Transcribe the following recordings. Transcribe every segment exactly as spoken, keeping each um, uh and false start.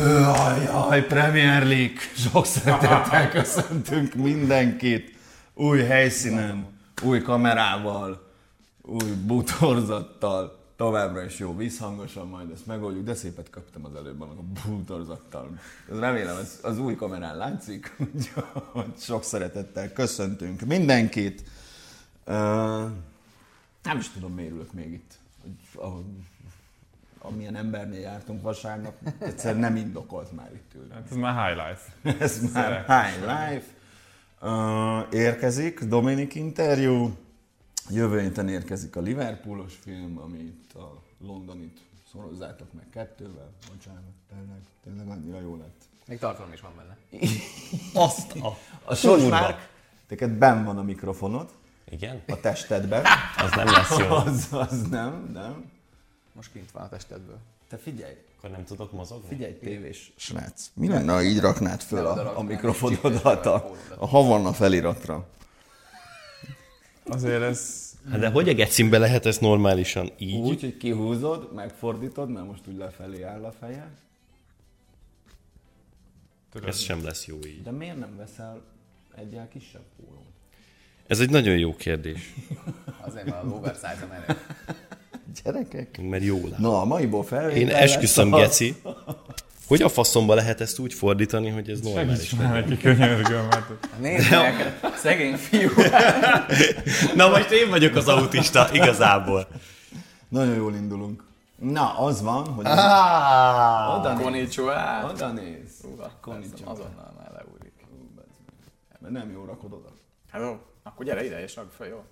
Jaj, Premier League! Sok szeretettel köszöntünk mindenkit! Új helyszínen, új kamerával, új bútorzattal, továbbra is jó vízhangosan, majd ezt megoldjuk, de szépet kaptam az előbb annak a bútorzattal. Remélem az, az új kamerán látszik, hogy sok szeretettel köszöntünk mindenkit. Uh, nem is tudom, miért ülök még itt. Hogy, ahogy, amilyen embernél jártunk vasárnap, egyszer nem indokolt már itt ülni. Hát ez már high life. Ez már high life. Uh, érkezik Dominik interjú. Jövő héten érkezik a Liverpoolos film, amit a Londonit szorozzátok meg kettővel. Bocsánat, tényleg, tényleg annyira jó lett. Még tartalom is van benne. Azt a, a Sosmárk, neked benn van a mikrofonod. Igen? A testedben. Az nem lesz jó. Az, az nem, nem. Most kint van a testedből. Te figyelj. Akkor nem tudok mozogni? Figyelj, tévés srác. Mi lenne, ha így raknád föl a, a mikrofonodat a, a Havanna feliratra? Azért ez... Hát de hogy a gecimbe lehet ez normálisan így? Úgy, hogy kihúzod, megfordítod, mert most úgy lefelé áll a feje. Ez sem lesz jó így. De miért nem veszel egyel kisebb pólót? Ez egy nagyon jó kérdés. Azért van az oversize a menő. Gyerekek. Mert jó lát. Na, a maiból felvétel Én esküszöm, a... Geci. Hogy a faszomba lehet ezt úgy fordítani, hogy ez normális? Segíts már neki, könyörgöm. Nézd meg, szegény fiú. Na most én vagyok az autista, igazából. Nagyon jól indulunk. Na, az van, hogy... Ah, oda néz. Konnichiwa. Oda néz. Konnichiwa. Azonnal már leúlik. Mert nem jól rakod oda. Hát jó, akkor gyere ide és rakd fel, jó?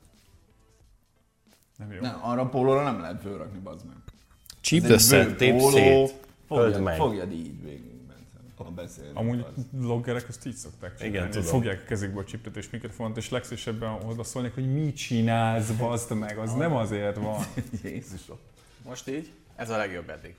Nem jó. Nem, arra a pólóra nem lehet fölrakni, bazd meg. Csípd Ez egy össze, bő tépd póló. szét. Fogjad, Öld meg. fogjad így végig, Bence, ha beszélni. Amúgy az. vloggerek azt így szokták csinálni. Igen, tudom. Fogják a kezükbe a csiptet és mikrofont, és legszívesebben oda szólnak, hogy mit csinálsz, bazd meg, az nem azért van. Jézusom. Most így? Ez a legjobb eddig.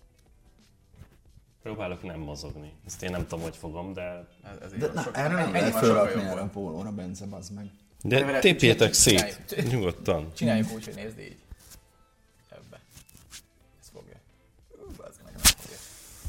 Próbálok nem mozogni. Ezt én nem tudom, hogy fogom, de... Ez, ez De na, erre nem lehet fölrakni erre a pólóra, Bence, bazd meg. De tépjétek szét. Nyugodtan. Csináljuk úgy, hogy nézd így. Ebbe. Ez fogja. Bazd meg, nem fogja.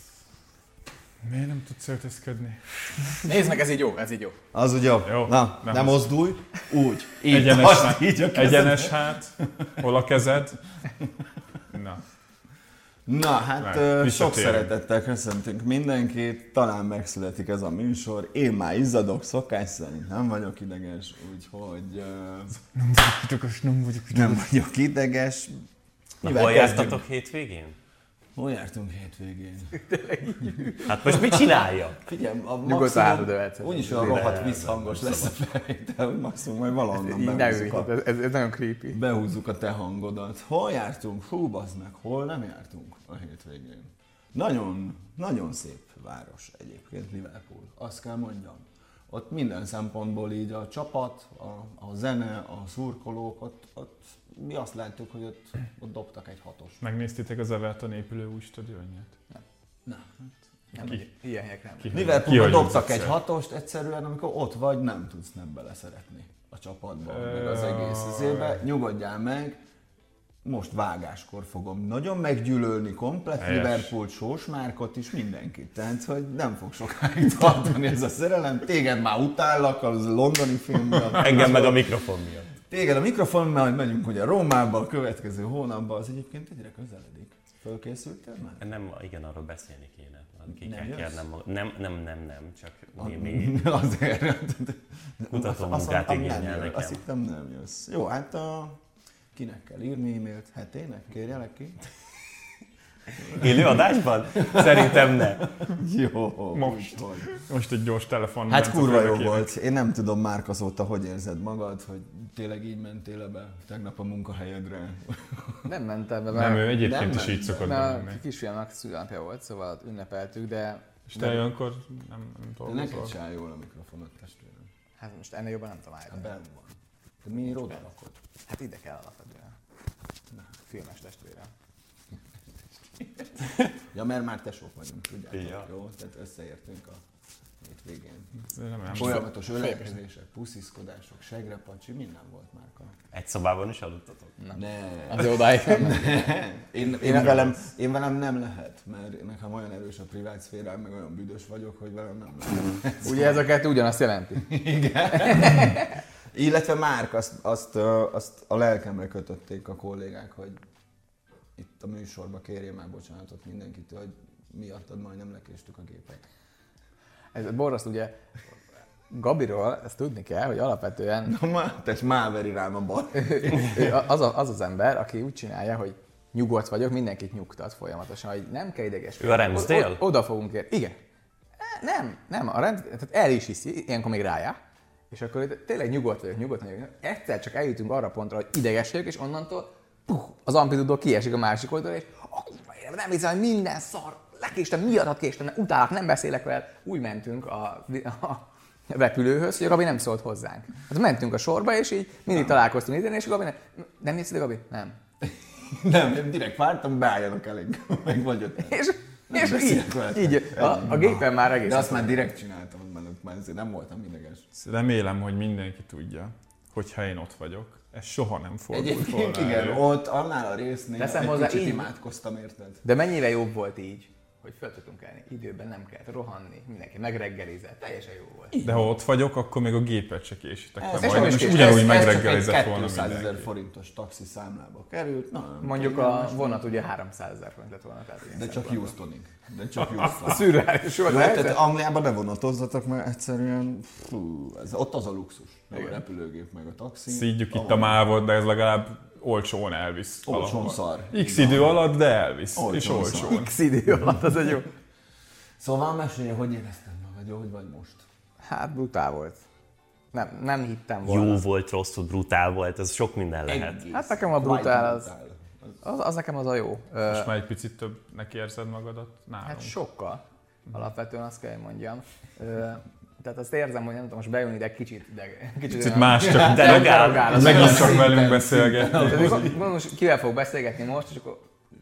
Miért nem tudsz öltözködni? Nézd meg, ez így jó, ez így jó. Az ugye jó. Jó, Na, nem nem az. mozdulj. Úgy. Így. Egyenes, Tartsd hát, így a kezed. egyenes hát, hol a kezed? Na. Na, hát Már ö, sok visszatérünk. szeretettel köszöntünk mindenkit. Talán megszületik ez a műsor. Én már izzadok, szokás szerint nem vagyok ideges, úgyhogy ö, Nem vagyok ideges, nem vagyok ideges. nem vagyok ideges. Na, Mivel hol kezdjük? jártatok hétvégén? Hol jártunk hétvégén? Hát most mit csinálja? Figyelj, a Nyugodtan átadőhetsz. úgyis olyan rohadt vízhangos lesz a felvétel, hogy maximum majd valahonnan Így ne behúzzuk ülj, a, ez, ez, ez nagyon creepy. behúzzuk a te hangodat. Hol jártunk? Hú, bazd meg, hol nem jártunk a hétvégén? Nagyon, nagyon szép város egyébként Liverpool, azt kell mondjam. Ott minden szempontból így a csapat, a, a zene, a szurkolók, ott, ott mi azt láttuk, hogy ott, ott dobtak egy hatos. Megnéztétek az Everton épülő új stadionját? Na, Nem, Ki? ilyen helyekre nem. Ki? Liverpoolban Kihagyjuk dobtak egy egyszer. hatost, egyszerűen amikor ott vagy, nem tudsz nem beleszeretni a csapatba, meg az egész izébe. Nyugodjál meg, most vágáskor fogom nagyon meggyűlölni komplet Helyes. Liverpool Sósmárkot is, mindenkit. Tehát, hogy nem fog sokáig tartani ez a szerelem. Téged már utállak az londoni film miatt. Engem meg a mikrofon miatt. Téged a mikrofon, majd megyünk ugye Rómába a következő hónapban, az egyébként egyre közeledik. Fölkészültél már? Nem, igen, arról beszélni kéne. Ki Nem kell jössz? kérnem magam. Nem, nem, nem, nem, csak némi Azért. kutató Azt munkát mondtam, igényel nem jössz. nekem. Azt hittem nem jössz. Jó, hát a... kinek kell írni e-mailt? Hetének? Kérjelek ki? Élő adásban? Szerintem ne. Jó, Most. úgyhogy. Most egy gyors telefon. Hát Bence kurva jó félrekéne. volt. Én nem tudom, Márk, azóta hogy érzed magad, hogy tényleg így mentél be tegnap a munkahelyedre. Nem mentem be, Nem, ő mert, egyébként nem is így ment, szokott mert lenni. a kisfiamnak szülőnapja volt, szóval ünnepeltük, de... És te olyankor nem, nem De neked dolgozol. se áll jól a mikrofonot, testvérem. Hát most ennél jobban nem tudom Hát állítani. benn van. De miért oda rakod? Hát ide kell alapvetően. Filmes testvérem. Ja, mert már tesók vagyunk, tudjátok, Ja. jó? Tehát összeértünk a hétvégén. Nem, nem. Folyamatos ölelkezések, pusziszkodások, segrepacsi, minden volt már. Egy szobában is aludtatok? Ne, Azért odáig nem mentem. Én, én, velem, én velem nem lehet, mert nekem olyan erős a privát szférám, meg olyan büdös vagyok, hogy velem nem lehet. Ugye ez a kettő ugyanazt jelenti? Igen. Illetve Márk, azt, azt, azt a lelkemre kötötték a kollégák, hogy itt a műsorba kérje már bocsánatot mindenkitől, hogy miattad majdnem lekéstük a gépet. Ez borzasztó, ugye Gabiról ezt tudni kell, hogy alapvetően... Na már, te már veri rám a bal. az, a, az az ember, aki úgy csinálja, hogy nyugodt vagyok, mindenkit nyugtat folyamatosan, hogy nem kell idegeskedni. Ő a Ramsdale? O, oda fogunk érni. Igen. Nem, nem, a rend, tehát el is hiszi, ilyenkor még rájá, és akkor tényleg nyugodt vagyok, nyugodt vagyok. Egyszer csak eljutunk arra pontra, hogy ideges vagyok, és onnantól puh, az amplitúdó kiesik a másik oldalra, és oh, nem hiszem, hogy minden szar, lekéstem, miatt késtem, utálak, nem beszélek vele. Úgy mentünk a, a repülőhöz, hogy a Gabi nem szólt hozzánk. Hát mentünk a sorba, és így mindig találkoztunk ide, és a Gabi nem, nem nézted a Gabi? Nem. Nem, én direkt vártam, beálljanak elég, meg vagy ott. És, és így, így a, a gépen már egész. De azt már direkt csináltam, mert már azért nem voltam ideges. Remélem, hogy mindenki tudja, hogyha én ott vagyok. Ez soha nem fordult volna. Igen, elő. Ott annál a résznél Teszem egy hozzá, kicsit így... imádkoztam, érted? De mennyivel jobb volt így, hogy fel tudtunk kelni, időben nem kellett rohanni, mindenki megreggelizett, teljesen jó volt. De ha ott vagyok, akkor még a gépet se késítek Ez, le majdnem, és ugyanúgy megreggelizett volna kétszázezer forintos taxi számlába került. Na, mondjuk a vonat ugye háromszázezer forint lett volna. Tehát de csak Houstonig. De csak Houston. A szürreális volt. Jó, tehát Angliába ne vonatozzatok, mert egyszerűen fú, ez, ott az a luxus. Meg a repülőgép, meg a taxi. Szídjuk itt a mávot, de ez legalább olcsón elvisz. Olcsón szar. X idő alatt, de elvisz. Olcsón és olcsón. X idő alatt, az egy jó. Szóval mesélj, hogy érezted magad, jó, hogy vagy most? Hát brutál volt. Nem, nem hittem volna. Jó volt, rossz volt, brutál volt, ez sok minden lehet. Egész. Hát nekem a brutál az, brutál. az, az nekem az a jó. Most már egy picit többnek érzed magadat nálunk. Hát sokkal. Alapvetően azt kell, hogy mondjam. Tehát azt érzem, hogy nem tudom, most bejönni, de kicsit, de kicsit, Kicsit más, csak derogál. megint csak velünk beszélgetni. Most kivel fog beszélgetni most, és akkor...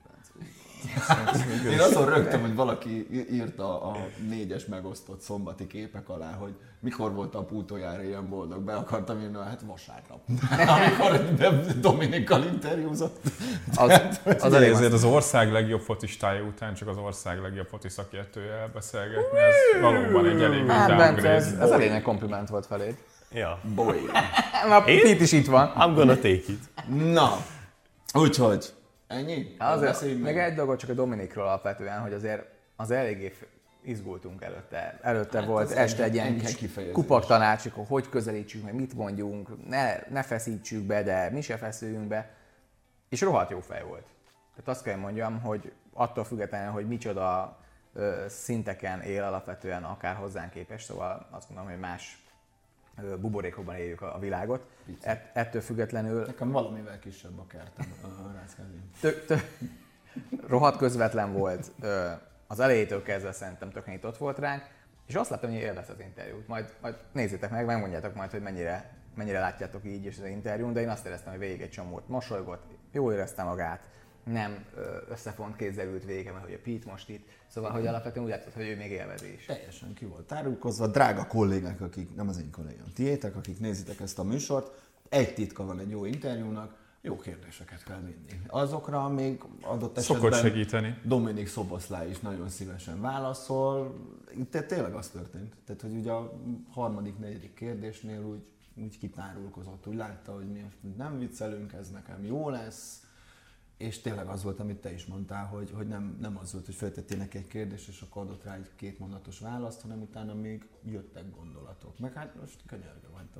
Én azon rögtem, hogy valaki írta a négyes megosztott szombati képek alá, hogy mikor volt a utoljára ilyen boldog. Be akartam írni, hát vasárnap. Amikor Dominikkal interjúzott. Az, az elég Ezért az ország legjobb focistája után csak az ország legjobb foci szakértőjel beszélgetni, ez valóban egy elég hát, downgrade. ez, ez elég nagy kompliment volt feléd. Ja. Boy. Na, Pete is itt van. I'm gonna take it. Na, úgyhogy ennyi? Azért meg egy dolgot csak a Dominikról alapvetően, hogy azért az eléggé izgultunk előtte. Előtte hát volt este egy ilyen kupak tanács, hogy hogy közelítsük, meg mit mondjunk, ne, ne feszítsük be, de mi se feszüljünk be. És rohadt jó fej volt. Tehát azt kell mondjam, hogy attól függetlenül, hogy micsoda ö, szinteken él alapvetően akár hozzánk képest, szóval azt mondom, hogy más ö, buborékokban éljük a, a világot. Et, ettől függetlenül... Nekem valamivel kisebb a kertem a Ráckázi. Tök, tök, rohadt közvetlen volt. Ö, az elejétől kezdve szerintem tök nyitott volt ránk, és azt láttam, hogy élvezte az interjút. Majd, majd nézzétek meg, megmondjátok majd, hogy mennyire, mennyire látjátok így is az interjún, de én azt éreztem, hogy végig egy csomót mosolygott, jól érezte magát, nem összefont kézzel ült végig, mert hogy a Pete most itt, szóval hogy alapvetően úgy látszott, hogy ő még élvezi is. Teljesen ki volt tárulkozva, drága kollégák, akik, nem az én kollégám, tiétek, akik nézitek ezt a műsort, egy titka van egy jó interjúnak, jó kérdéseket kell vinni. Azokra még adott esetben szokott segíteni. Dominik Szoboszlai is nagyon szívesen válaszol. Itt tényleg az történt. Tehát, hogy ugye a harmadik, negyedik kérdésnél úgy, úgy kitárulkozott, úgy látta, hogy mi nem viccelünk, ez nekem jó lesz. És tényleg az volt, amit te is mondtál, hogy, hogy nem, nem az volt, hogy feltettél neki egy kérdést, és akkor adott rá egy kétmondatos választ, hanem utána még jöttek gondolatok. Meg hát most könyörgöm, hát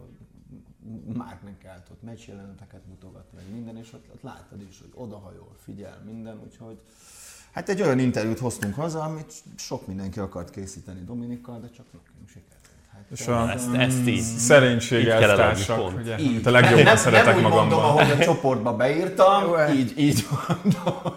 Márknak kellett ott meccsjeleneteket mutogatni, meg minden, és ott, ott láttad is, hogy odahajol, figyel minden, úgyhogy hát egy olyan interjút hoztunk haza, amit sok mindenki akart készíteni Dominikkal, de csak nekünk sikerült. Hát, és a ezt, ezt így, szerénység eltársak, ugye, így. a legjobban nem, szeretek nem magamban. Nem úgy mondom, ahogy a csoportba beírtam, így, így mondom.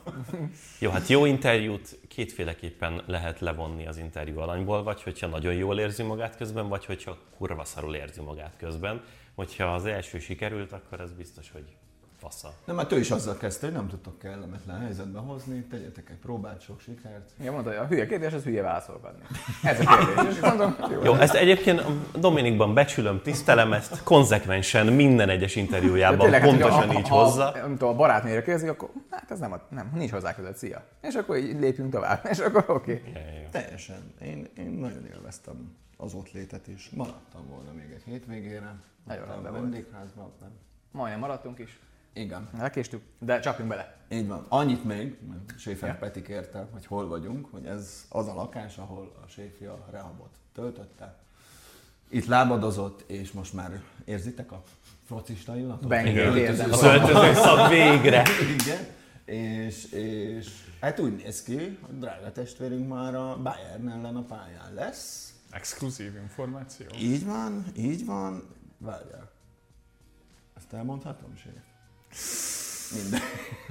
Jó, hát jó interjút kétféleképpen lehet levonni az interjú alanyból, vagy hogyha nagyon jól érzi magát közben, vagy hogyha kurva szarul érzi magát közben. Hogyha az első sikerült, akkor ez biztos, hogy fasza. Nem, mert ő is azzal kezdte, hogy nem tudtok kellemetlen helyzetbe hozni, tegyetek egy próbát, sok sikert. Igen, mondta, hogy a hülye kérdés, az hülye válaszolok adni. Ez a kérdés. És mondom, jó. Jó, ezt egyébként Dominikban becsülöm, tisztelem ezt, konzekvensen minden egyes interjújában tényleg, pontosan hát, így ha, hozza. Ha, ha a barátnőre kérdezik, akkor hát ez nem, a, nem nincs hozzá között, szia. És akkor így lépjünk tovább, és akkor oké. Okay. Ja, ja, ja. Teljesen. Én, én nagyon élveztem az ott létet is. Maradtam volna még egy hétvégére. Nagyon rendben a volt. vendégházban. Nem. Majdnem maradtunk is. Igen. Lekéstük, de csapjunk bele. Így van. Annyit még, mert Schäfer Ja. Peti kérte, hogy hol vagyunk, hogy ez az a lakás, ahol a Schäfi a rehabot töltötte. Itt lábadozott, és most már érzitek a focista illatot? Bengét érzem. Az öltöző szab végre. Igen. És, és hát úgy néz ki, hogy drága testvérünk már a Bayern ellen a pályán lesz. Exkluzív információ. Így van, így van. Várjál. Ezt elmondhatom, Séf? Minden.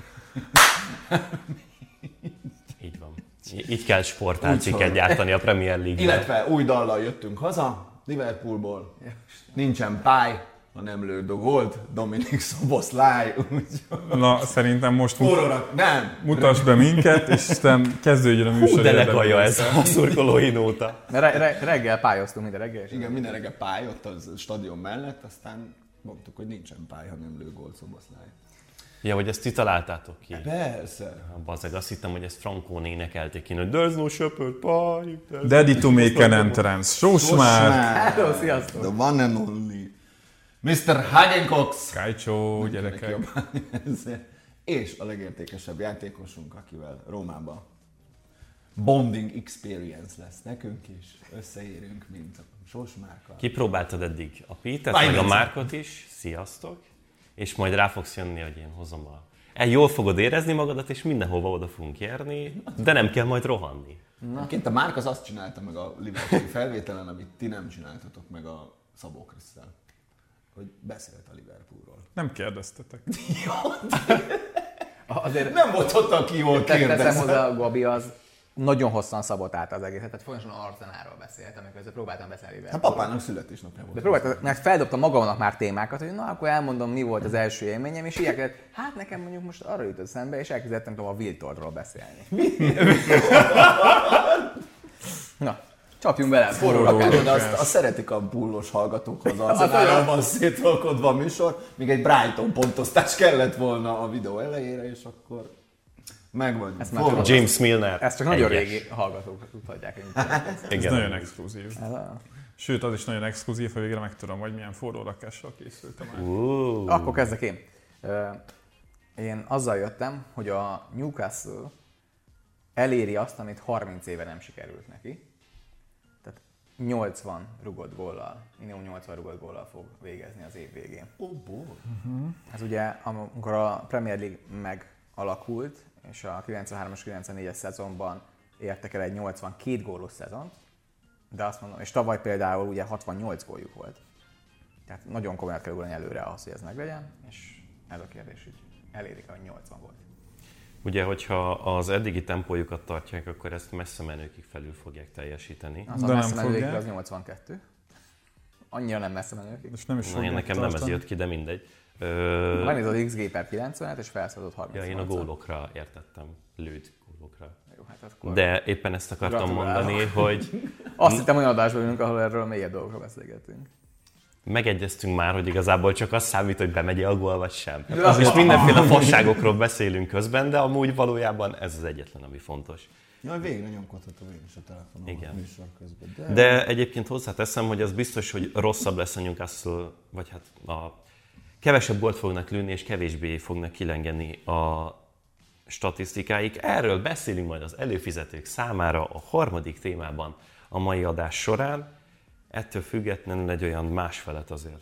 Így van. Így kell sportálcikket gyártani a Premier League-ben. Illetve új dallal jöttünk haza, Liverpoolból. Nincsen pály, ha nem lő a gólt, Dominik Szoboszláj. Na, szerintem most mut- Forróra, nem! mutasd be minket, és aztán kezdődjön a műsor. Hú, de érdemében. legalja ez a szurkolói nóta. Mert re- re- reggel pályáztunk minden reggel. És Igen, minden reggel pály ott a stadion mellett, aztán mondtuk, hogy nincsen pály, ha nem lő gólt Szoboszláj. Ja, hogy ezt ti találtátok ki. Persze. Bazeg, azt hittem, hogy ezt Frankón énekelték ki, hogy there's no shepherd pie. Daddy to make an entrance. Sos már! Hello, sziasztok! The one and only. miszter Hagencox. Kájcsó, gyerekek. És a legértékesebb játékosunk, akivel Rómában bonding experience lesz nekünk is. Összeérünk, mint a Sosmárka. Kipróbáltad eddig a Pitet, Váj, meg a Vince. Márkot is. Sziasztok! És majd rá fogsz jönni, hogy én hozom a... El jól fogod érezni magadat, és mindenhova oda fogunk érni, de nem kell majd rohanni. Egyébként a Márk az azt csinálta meg a Liverpooli felvételen, amit ti nem csináltatok meg a Szabó Krisztel. Hogy beszélt a Liverpoolról. Nem kérdeztetek. Azért Nem volt ott, aki jól teszem kérdez. hozzá, a Gabi az nagyon hosszan szabotálta az egészet, tehát folyamatosan Arsenáról beszélt, amikor ezzel próbáltam beszélni. Hát papának születésnapja volt. De próbáltam, mert feldobtam magamnak már témákat, hogy na, akkor elmondom, mi volt az első élményem, és így kellett, hát nekem mondjuk most arra jutott szembe, és elkezdettem tovább a Wiltordról beszélni. Na, csapjunk bele, forró lakásod. De azt, azt szeretik a bullos hallgatók haza, az van szétrolkodva a műsor, még egy Brighton pontoztás kellett volna a videó elejére, és akkor megvagyunk. Ezt már Forró. tudom. James Milner. Ezt csak nagyon Egyes. régi hallgatók tudhatják. Ez Igen. nagyon exkluzív. Ez a... Sőt, az is nagyon exkluzív, hogy végre megtudom, hogy milyen forró lakással készültem el. Uh. Akkor kezdek én. Ö, Én azzal jöttem, hogy a Newcastle eléri azt, amit harminc éve nem sikerült neki. Tehát nyolcvan rugott góllal, minimum nyolcvan rugott góllal fog végezni az év végén. Oh, boy. Ez ugye, amikor a Premier League megalakult, és a kilencvenhármas kilencvennégyes szezonban értek el egy nyolcvankét gólos szezont, de azt mondom, és tavaly például ugye hatvannyolc góljuk volt. Tehát nagyon komolyan kell ugrani előre ahhoz, hogy ez meglegyen, és ez a kérdés, hogy elérik a nyolcvan volt. Ugye, hogyha az eddigi tempójukat tartják, akkor ezt messze menőkig felül fogják teljesíteni. Az a De nem messze menőkig fogják. az nyolcvankettő. Annyira nem messze menőkig. És nem is Na, én fogják nekem nem ez tartani. jött ki, de mindegy. Ö... Van ez az iksz gé per kilencvenet, és felszadott Ja, harmincnyolc. én a gólokra értettem. Lőtt gólokra. Jó, hát akkor De éppen ezt akartam Gratulálok. mondani, hogy azt hittem, olyan adásban ülünk, ahol erről mélyebb dolgokra beszélgetünk. megegyeztünk már, hogy igazából csak az számít, hogy bemegy a gól, vagy sem. És mindenféle fasságokról beszélünk közben, de amúgy valójában ez az egyetlen, ami fontos. Jaj, végre nyomkodhatom én is a telefonon Igen. a műsor közben. De... De egyébként hozzáteszem, hogy az biztos, hogy rosszabb lesz a Newcastle, vagy hát a kevesebb gólt fognak lőni, és kevésbé fognak kilengeni a statisztikáik. Erről beszélünk majd az előfizetők számára a harmadik témában a mai adás során. Ettől függetlenül egy olyan másfelet azért.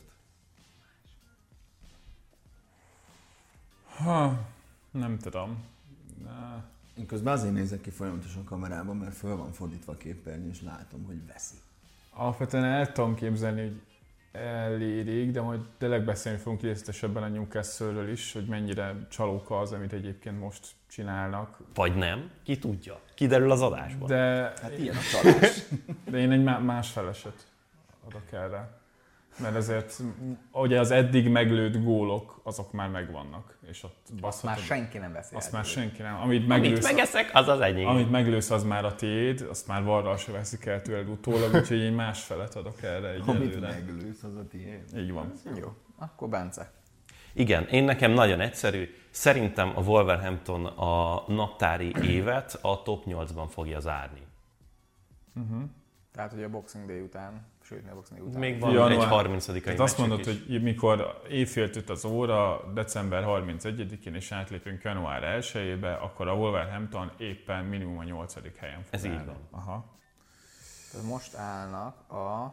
Ha, nem tudom. Na, Én közben azért nézek ki folyamatosan kamerában, mert föl van fordítva a képernyő, és látom, hogy veszi. alapvetően el tudom képzelni, hogy elérik, de majd tényleg beszélni fogunk részletesebben a Newcastle-ről is, hogy mennyire csalóka az, amit egyébként most csinálnak. Vagy nem, ki tudja. Kiderül az adásban. De, Hát ilyen a csalás. de én egy má- más feleset adok erre. Mert ezért ugye az eddig meglőtt gólok, azok már megvannak. És ott azt már senki nem veszi. Azt már senki nem. Amit meglősz, Amit megeszek, az az enyém. Amit meglősz, az már a tiéd, azt már varral se veszik el tőled utólag, úgyhogy én más felet adok erre egy Amit előre. meglősz, az a tiéd. Így van. Jó, akkor Bence. Igen, én nekem nagyon egyszerű. Szerintem a Wolverhampton a naptári évet a top nyolcban fogja zárni. Uh-huh. Tehát, hogy a Boxing Day után, sőt, a Boxing Day után. Még van Január. egy harmincadikai Tehát azt mondod, is. hogy mikor éjfélt üt az óra, december harmincegyedikén és átlépünk január elsejébe, akkor a Wolverhampton éppen minimum a nyolcadik helyen fog Ez állni. így van. Aha. Tehát most állnak a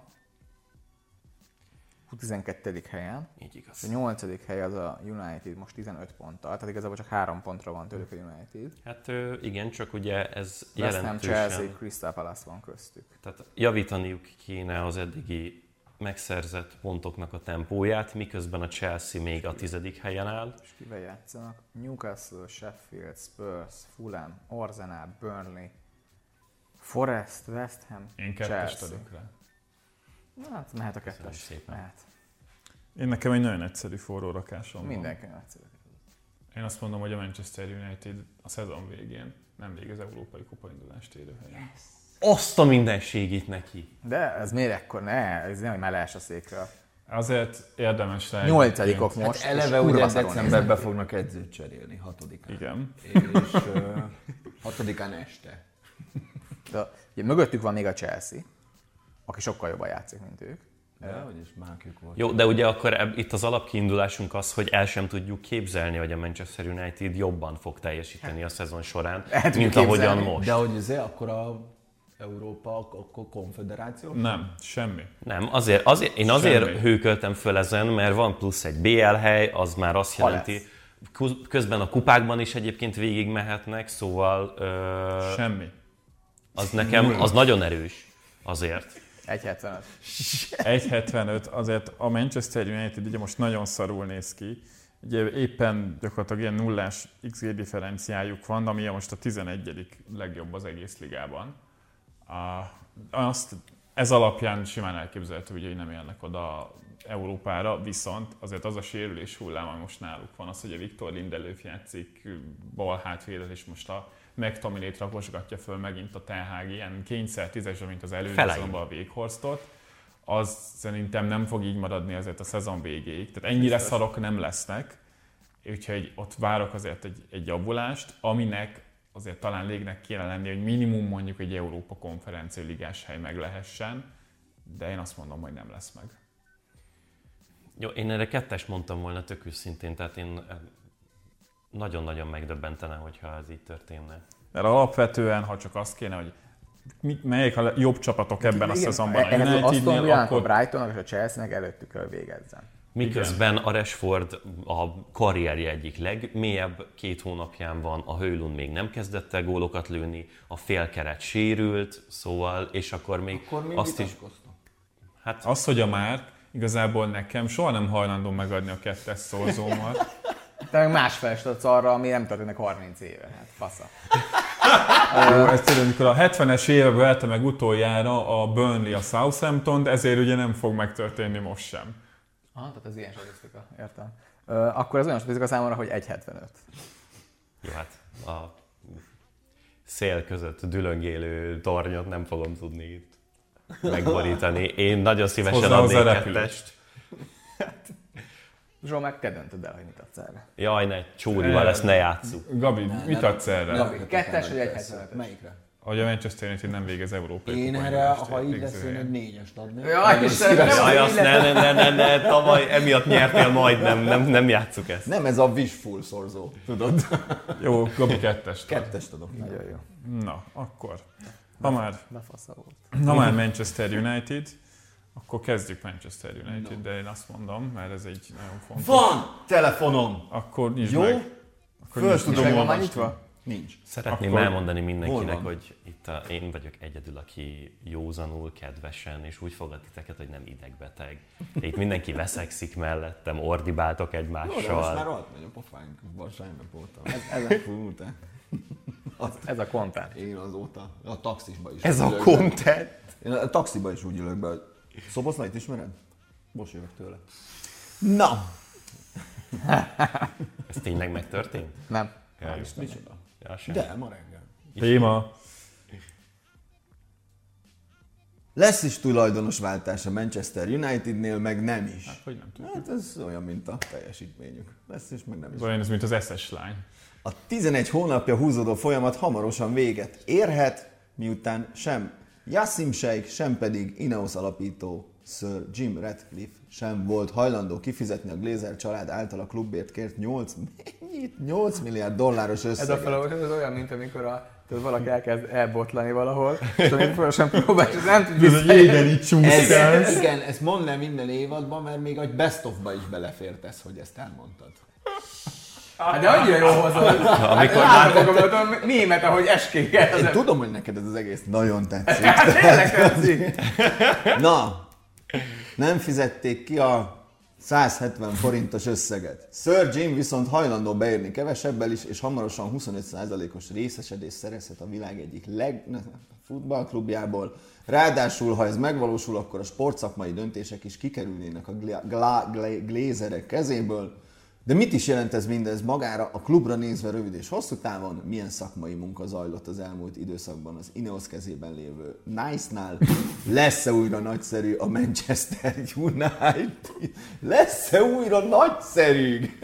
tizenkettedik helyen. Így igaz. A nyolcadik hely az a United most tizenöt ponttal, tehát igazából csak három pontra van tőlük a United. Hát ö, igen, csak ugye ez West Ham, jelentősen... Chelsea, Crystal Palace van köztük. Tehát javítaniuk kéne az eddigi megszerzett pontoknak a tempóját, miközben a Chelsea még a tizedik helyen áll. És kivel játszanak? Newcastle, Sheffield, Spurs, Fulham, Arsenal, Burnley, Forest, West Ham, Én kettest Chelsea. adok rá. Na, hát mehet a kettes. Köszönöm szépen. Mehet. Én nekem egy nagyon egyszerű forró rakásom van. Mindenki egyszerű. Én azt mondom, hogy a Manchester United a szezon végén nemrég az Európai Kupa indulást érő helyen. Yes. Azt a mindenségét neki! De ez miért ekkor? Ne, ez nem, hogy már lees a székről. Azért érdemes rá. Nyolcadikok most. Hát eleve és ugye kurva szarul decemberben néznek ki. fognak edzőt cserélni, hatodikán. Igen. És uh, hatodikán este. De, ugye mögöttük van még a Chelsea, aki sokkal jobban játszik, mint ők. De, hogy is mákjuk volt. Jó, de ugye akkor eb- itt az alapkiindulásunk az, hogy el sem tudjuk képzelni, hogy a Manchester United jobban fog teljesíteni a szezon során, El tudjuk mint ahogyan képzelni. most. De hogy azért akkor a Európa, akkor konfederáció? Nem, semmi. Nem, azért, azért, én azért Semmi. hőköltem föl ezen, mert van plusz egy bé el hely, az már azt Ha jelenti, lesz. Ku- közben a kupákban is egyébként végig mehetnek, szóval ö, Semmi. az nekem az nagyon erős azért. egy hetvenöt. egy hetvenöt, azért a Manchester United ugye most nagyon szarul néz ki. Ugye éppen gyakorlatilag ilyen nullás iksz gé differenciájuk van, ami most a tizenegyedik legjobb az egész ligában. A, azt, ez alapján simán elképzelhető, ugye, hogy nem élnek oda Európára, viszont azért az a sérülés hullám, ami most náluk van, az, hogy a Viktor Lindelöf játszik bal hátvédet, és most a McTominayt rakosgatja föl megint a Ten Hag ilyen kényszer tízesre, mint az előző szezonban a Weghorsztot, az szerintem nem fog így maradni azért a szezon végéig. Tehát ennyire biztos szarok nem lesznek, úgyhogy ott várok azért egy, egy javulást, aminek azért talán légnek kéne lenni, hogy minimum mondjuk egy Európa konferencia ligás hely meg lehessen, de én azt mondom, hogy nem lesz meg. Jó, én erre kettest mondtam volna tök őszintén, tehát én nagyon-nagyon megdöbbentene, hogyha ez így történne. Mert alapvetően, ha csak azt kéne, hogy mit, melyik a jobb csapatok ebben a szezonban, a Ehhez az Aston Unitednél, Villának, akkor... a Brightonnak és a Chelsea-nek előttük kell végezzen. Miközben a Rashford a karrierje egyik legmélyebb két hónapján van, a Højlund még nem kezdett el gólokat lőni, a félkeret sérült, szóval, és akkor még, Akkor még azt is... Hát az, hogy a Márk igazából nekem soha nem hajlandó megadni a kettes szorzómat. Te meg másfelest adsz arra, ami nem történik harminc éve. Hát fasza. Jó, ezt tudom, amikor a hetvenes években velte meg utoljára a Burnley a Southamptont, ezért ugye nem fog megtörténni most sem. Aha, tehát ez ilyen statisztika, értem. Uh, akkor ez olyan statisztika számomra, hogy egy hetvenöt. Jó, hát a szél között dülöngélő tornyot nem fogom tudni itt megborítani. Én nagyon szívesen Hozzá az adnék a repülőt. kettest. Zsó, meg te döntöd el, hogy mit adsz erre. Jaj, ne, csórival ezt ne játsszuk. Gabi, mit adsz erre? Gabi, kettes vagy egy hetvenöt? Melyikre? Hogy a Manchester United nem végez európai Én kupa erre, indulást ha így végző lesz, én helyen. egy négyest adnék. Jaj, Istenem, Jaj, azt ne, ne, ne, ne, ne, tavaly emiatt nyertél majdnem, nem, nem játsszuk ezt. Nem ez a wishful szorzó, tudod? Jó, Gabi kettest. Kettest adok. Nagyon jó. Na, akkor. Ha már, Befasza volt. ha már Manchester United, akkor kezdjük Manchester United, de én azt mondom, mert ez egy nagyon fontos. Van telefonom! Akkor nyisd Jó? meg. Akkor Föl nyisd tudom meg van már olvasni. nyitva? Nincs. Szeretném Akkor elmondani mindenkinek, hol van? hogy itt a, én vagyok egyedül, aki józanul, kedvesen, és úgy fogad titeket, hogy nem idegbeteg. Itt mindenki veszekszik mellettem, ordibáltok Jó, de most már egymással. rohadt nagy a pofánk, vasárnap voltam. Ez, ez, Fú, te. ez a content. Én azóta, a taxisba is. Ez úgy a ülök be. content! Én a taxiba is úgy ülök be, hogy Szoboszlait ismered? Most jövök tőle. Na! Ez tényleg megtörtént? Nem. Ja, Micsoda? Ja, sem. De, ma reggel. Téma. Lesz is tulajdonosváltás a Manchester Unitednél, meg nem is. Hát, hogy nem tudjuk. Hát ez olyan, mint a teljesítményük. Lesz is, meg nem is. Olyan ez, mint az eszes lány. A tizenegy hónapja húzódó folyamat hamarosan véget érhet, miután sem Yassim Sheikh, sem pedig Ineos alapító Sir Jim Ratcliffe sem volt hajlandó kifizetni a Glazer család által a klubért kért nyolc, mennyit? nyolc milliárd dolláros összeget. Ez a felolvasás az olyan, mint amikor a, tudod, valaki elkezd elbotlani valahol, és amit folyamatosan próbál, és nem tud visszaérni. Ez, ez, igen, ezt mondd le minden évadban, mert még a best of-ba is belefért ez, hogy ezt elmondtad. Hát de annyira jó hozod. Amikor látok a mémet, ahogy eskék. Én tudom, hogy neked ez az egész nagyon tetszik. Hát tényleg tetszik. Na, nem fizették ki a száz hetven forintos összeget. Sir Jim viszont hajlandó beérni kevesebbel is, és hamarosan huszonöt százalékos részesedést szerezhet a világ egyik leg... futballklubjából. Ráadásul, ha ez megvalósul, akkor a sportszakmai döntések is kikerülnének a gla- gla- gla- Glazerek kezéből. De mit is jelent ez mindez magára, a klubra nézve rövid és hosszú távon? Milyen szakmai munka zajlott az elmúlt időszakban az Ineos kezében lévő Nice-nál? Lesz-e újra nagyszerű a Manchester United? Lesz-e újra nagyszerű?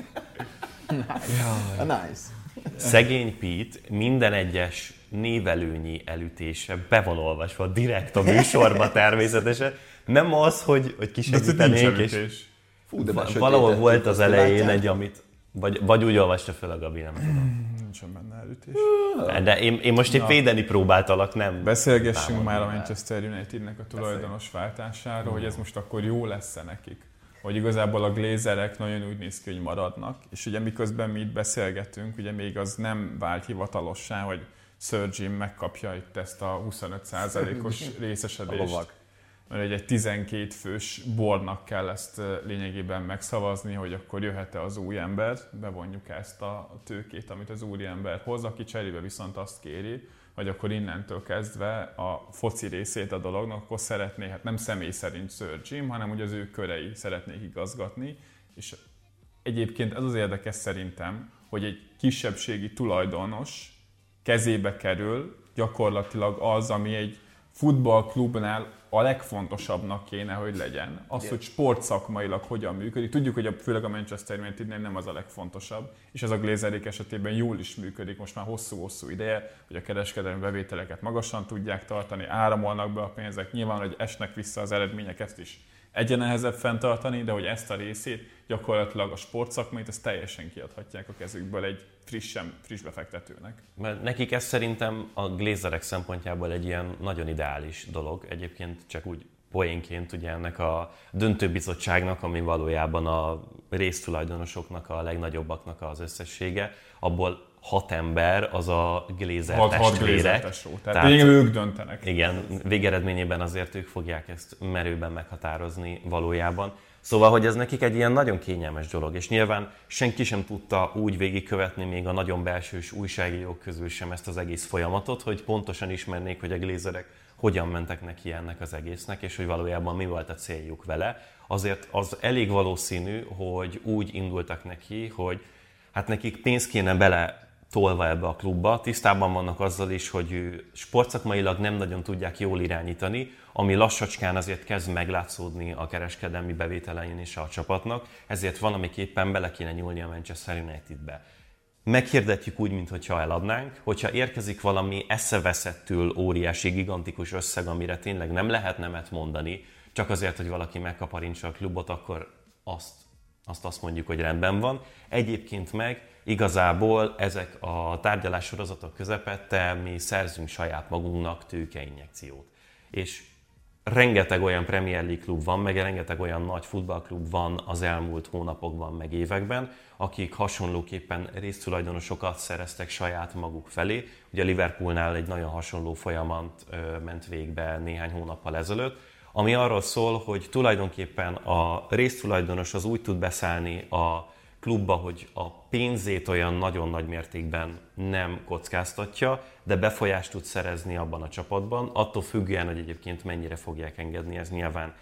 A Nice. Szegény Pete minden egyes névelőnyi elütése be van olvasva direkt a műsorba természetesen. Nem az, hogy, hogy kisegítenénk, és Fú, de valahol volt az elején egy, amit... Vagy, vagy úgy olvasta fel a Gabi, nem tudom. Nincsen benne elütés. De én, én most épp védeni próbáltalak, nem... Beszélgessünk már a Manchester Unitednek a tulajdonos váltásáról, hogy ez most akkor jó lesz-e nekik. Hogy igazából a Glazerek nagyon úgy néz ki, hogy maradnak, és ugye miközben mi itt beszélgetünk, ugye még az nem vált hivatalossá, hogy Sir Jim megkapja itt ezt a huszonöt százalékos részesedést. Mert egy tizenkét fős boardnak kell ezt lényegében megszavazni, hogy akkor jöhet-e az új ember, bevonjuk ezt a tőkét, amit az úri ember hoz, aki cserébe viszont azt kéri, hogy akkor innentől kezdve a foci részét a dolognak, akkor szeretné, hát nem személy szerint Sir Jim, hanem ugye az ő körei szeretnék igazgatni, és egyébként ez az érdekes szerintem, hogy egy kisebbségi tulajdonos kezébe kerül gyakorlatilag az, ami egy futballklubnál a legfontosabbnak kéne, hogy legyen. Az, hogy sportszakmailag hogyan működik. Tudjuk, hogy a, főleg a Manchester Unitednél nem az a legfontosabb, és ez a Glazerék esetében jól is működik most már hosszú-hosszú ideje, hogy a kereskedelmi bevételeket magasan tudják tartani, áramolnak be a pénzek, nyilván, hogy esnek vissza az eredmények, ezt is egyre nehezebb fenntartani, de hogy ezt a részét gyakorlatilag a sportszakmait ezt teljesen kiadhatják a kezükből egy frissen, friss befektetőnek. Mert nekik ez szerintem a Glazerek szempontjából egy ilyen nagyon ideális dolog. Egyébként csak úgy poénként ugye ennek a döntőbizottságnak, ami valójában a résztulajdonosoknak, a legnagyobbaknak az összessége, abból hat ember az a Glazer hat, testvérek. Hat Tehát, Tehát ők döntenek. Igen, végeredményében azért ők fogják ezt merőben meghatározni valójában. Szóval, hogy ez nekik egy ilyen nagyon kényelmes dolog, és nyilván senki sem tudta úgy végigkövetni még a nagyon belsős újságírók közül sem ezt az egész folyamatot, hogy pontosan ismernék, hogy a Glazerek hogyan mentek neki ennek az egésznek, és hogy valójában mi volt a céljuk vele. Azért az elég valószínű, hogy úgy indultak neki, hogy hát nekik pénz kéne bele tolva ebbe a klubba, tisztában vannak azzal is, hogy sportszakmailag nem nagyon tudják jól irányítani, ami lassacskán azért kezd meglátszódni a kereskedelmi bevételein is a csapatnak, ezért valamiképpen bele kéne nyúlni a Manchester Unitedbe. Meghirdetjük úgy, mintha eladnánk, hogyha érkezik valami eszeveszettül óriási, gigantikus összeg, amire tényleg nem lehet nemet mondani, csak azért, hogy valaki megkaparintsa a klubot, akkor azt azt azt mondjuk, hogy rendben van. Egyébként meg igazából ezek a tárgyalássorozatok közepette mi szerzünk saját magunknak tőkeinjekciót. És rengeteg olyan Premier League klub van, meg rengeteg olyan nagy futballklub van az elmúlt hónapokban, meg években, akik hasonlóképpen résztulajdonosokat szereztek saját maguk felé. Ugye a Liverpoolnál egy nagyon hasonló folyamat ment végbe néhány hónappal ezelőtt, ami arról szól, hogy tulajdonképpen a résztulajdonos az úgy tud beszállni a klubba, hogy a pénzét olyan nagyon nagy mértékben nem kockáztatja, de befolyást tud szerezni abban a csapatban, attól függően, hogy egyébként mennyire fogják engedni, ez nyilván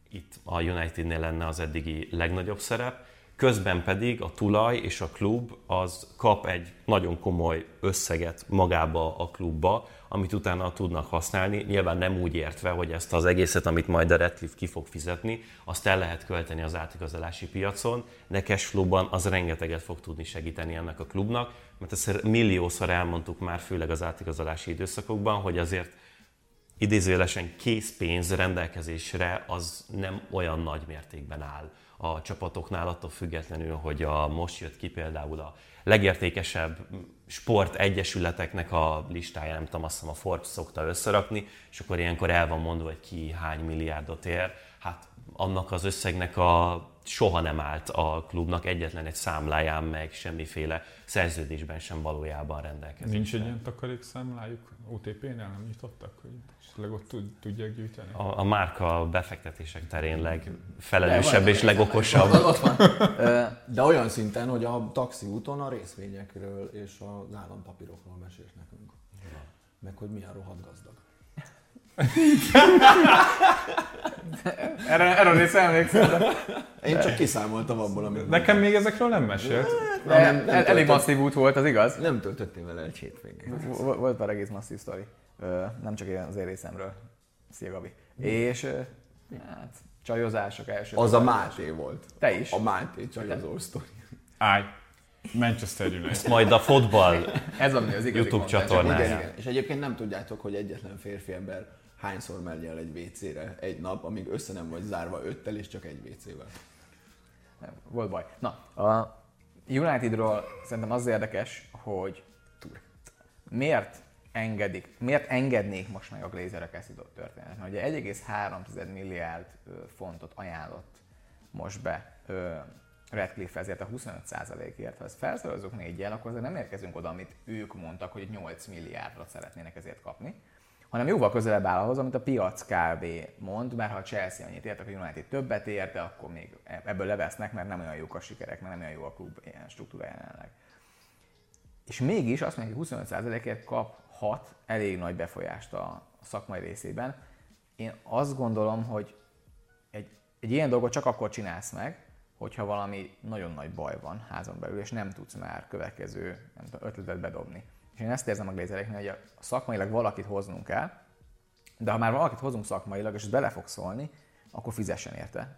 itt a Unitednél lenne az eddigi legnagyobb szerep, közben pedig a tulaj és a klub az kap egy nagyon komoly összeget magába a klubba, amit utána tudnak használni, nyilván nem úgy értve, hogy ezt az egészet, amit majd a Ratcliffe ki fog fizetni, azt el lehet költeni az átigazolási piacon, de cashflow-ban az rengeteget fog tudni segíteni ennek a klubnak, mert ezt milliószor elmondtuk már, főleg az átigazolási időszakokban, hogy azért idézőjelesen készpénz rendelkezésre az nem olyan nagy mértékben áll a csapatoknál, attól függetlenül, hogy a, most jött ki például a legértékesebb sportegyesületeknek a listája, nem tudom, azt hiszem a Forbes szokta összerakni, és akkor ilyenkor el van mondva, hogy ki hány milliárdot ér. Hát annak az összegnek a soha nem állt a klubnak egyetlen egy számláján, meg semmiféle szerződésben sem valójában rendelkezésre. Nincs egy ilyen takarékszámlájuk o té pé-nél, nem nyitottak, hogy esetleg ott tud, tudják gyűjteni? A, a márka befektetések terén legfelelősebb és legokosabb. Ott van. De olyan szinten, hogy a taxiúton a részvényekről és az állampapírokról mesélt nekünk. Meg hogy milyen rohadt gazdag. Erre, erről részt emlékszem, de... Én csak kiszámoltam abból, amit... Nekem még ezekről nem mesélt. De nem, nem elég töltött, masszív út volt, az igaz? Nem töltöttél vele egy hétvégét. Volt már egész masszív sztori. Nem csak az én részemről. Szia, Gabi. Mm. És hát, csajozások első. Az a Máté volt. Te is. A Máté csajozó sztori. Állj. Manchester United. Ezt majd a fotball Ez ami az YouTube csatornáján. És egyébként nem tudjátok, hogy egyetlen férfi ember hányszor megy el egy vécére egy nap, amíg össze nem vagy zárva öttel és csak egy vécével. Volt baj. Na, a Unitedról szerintem az érdekes, hogy miért engedik, miért engednék most meg a Glazerek ezt a történetet? Mert ugye egy egész három milliárd fontot ajánlott most be Ratcliffe ezért a huszonöt százalékért. Ha ezt felszorozzuk négyel, akkor azért nem érkezünk oda, amit ők mondtak, hogy nyolc milliárdra szeretnének ezért kapni, hanem jóval közelebb áll ahhoz, amit a piac kb. Mond, bár ha a Chelsea annyit ért, akkor a United többet ért, de akkor még ebből levesznek, mert nem olyan jók a sikerek, mert nem olyan jó a klub ilyen struktúra jelenleg. És mégis azt mondja, hogy huszonöt százalékért kaphat elég nagy befolyást a szakmai részében. Én azt gondolom, hogy egy, egy ilyen dolgot csak akkor csinálsz meg, hogyha valami nagyon nagy baj van házon belül, és nem tudsz már következő nem tudom, ötletet bedobni. És én ezt érzem a Glazereknél, hogy a szakmailag valakit hoznunk kell, de ha már valakit hozunk szakmailag, és ez bele fog szólni, akkor fizessen érte.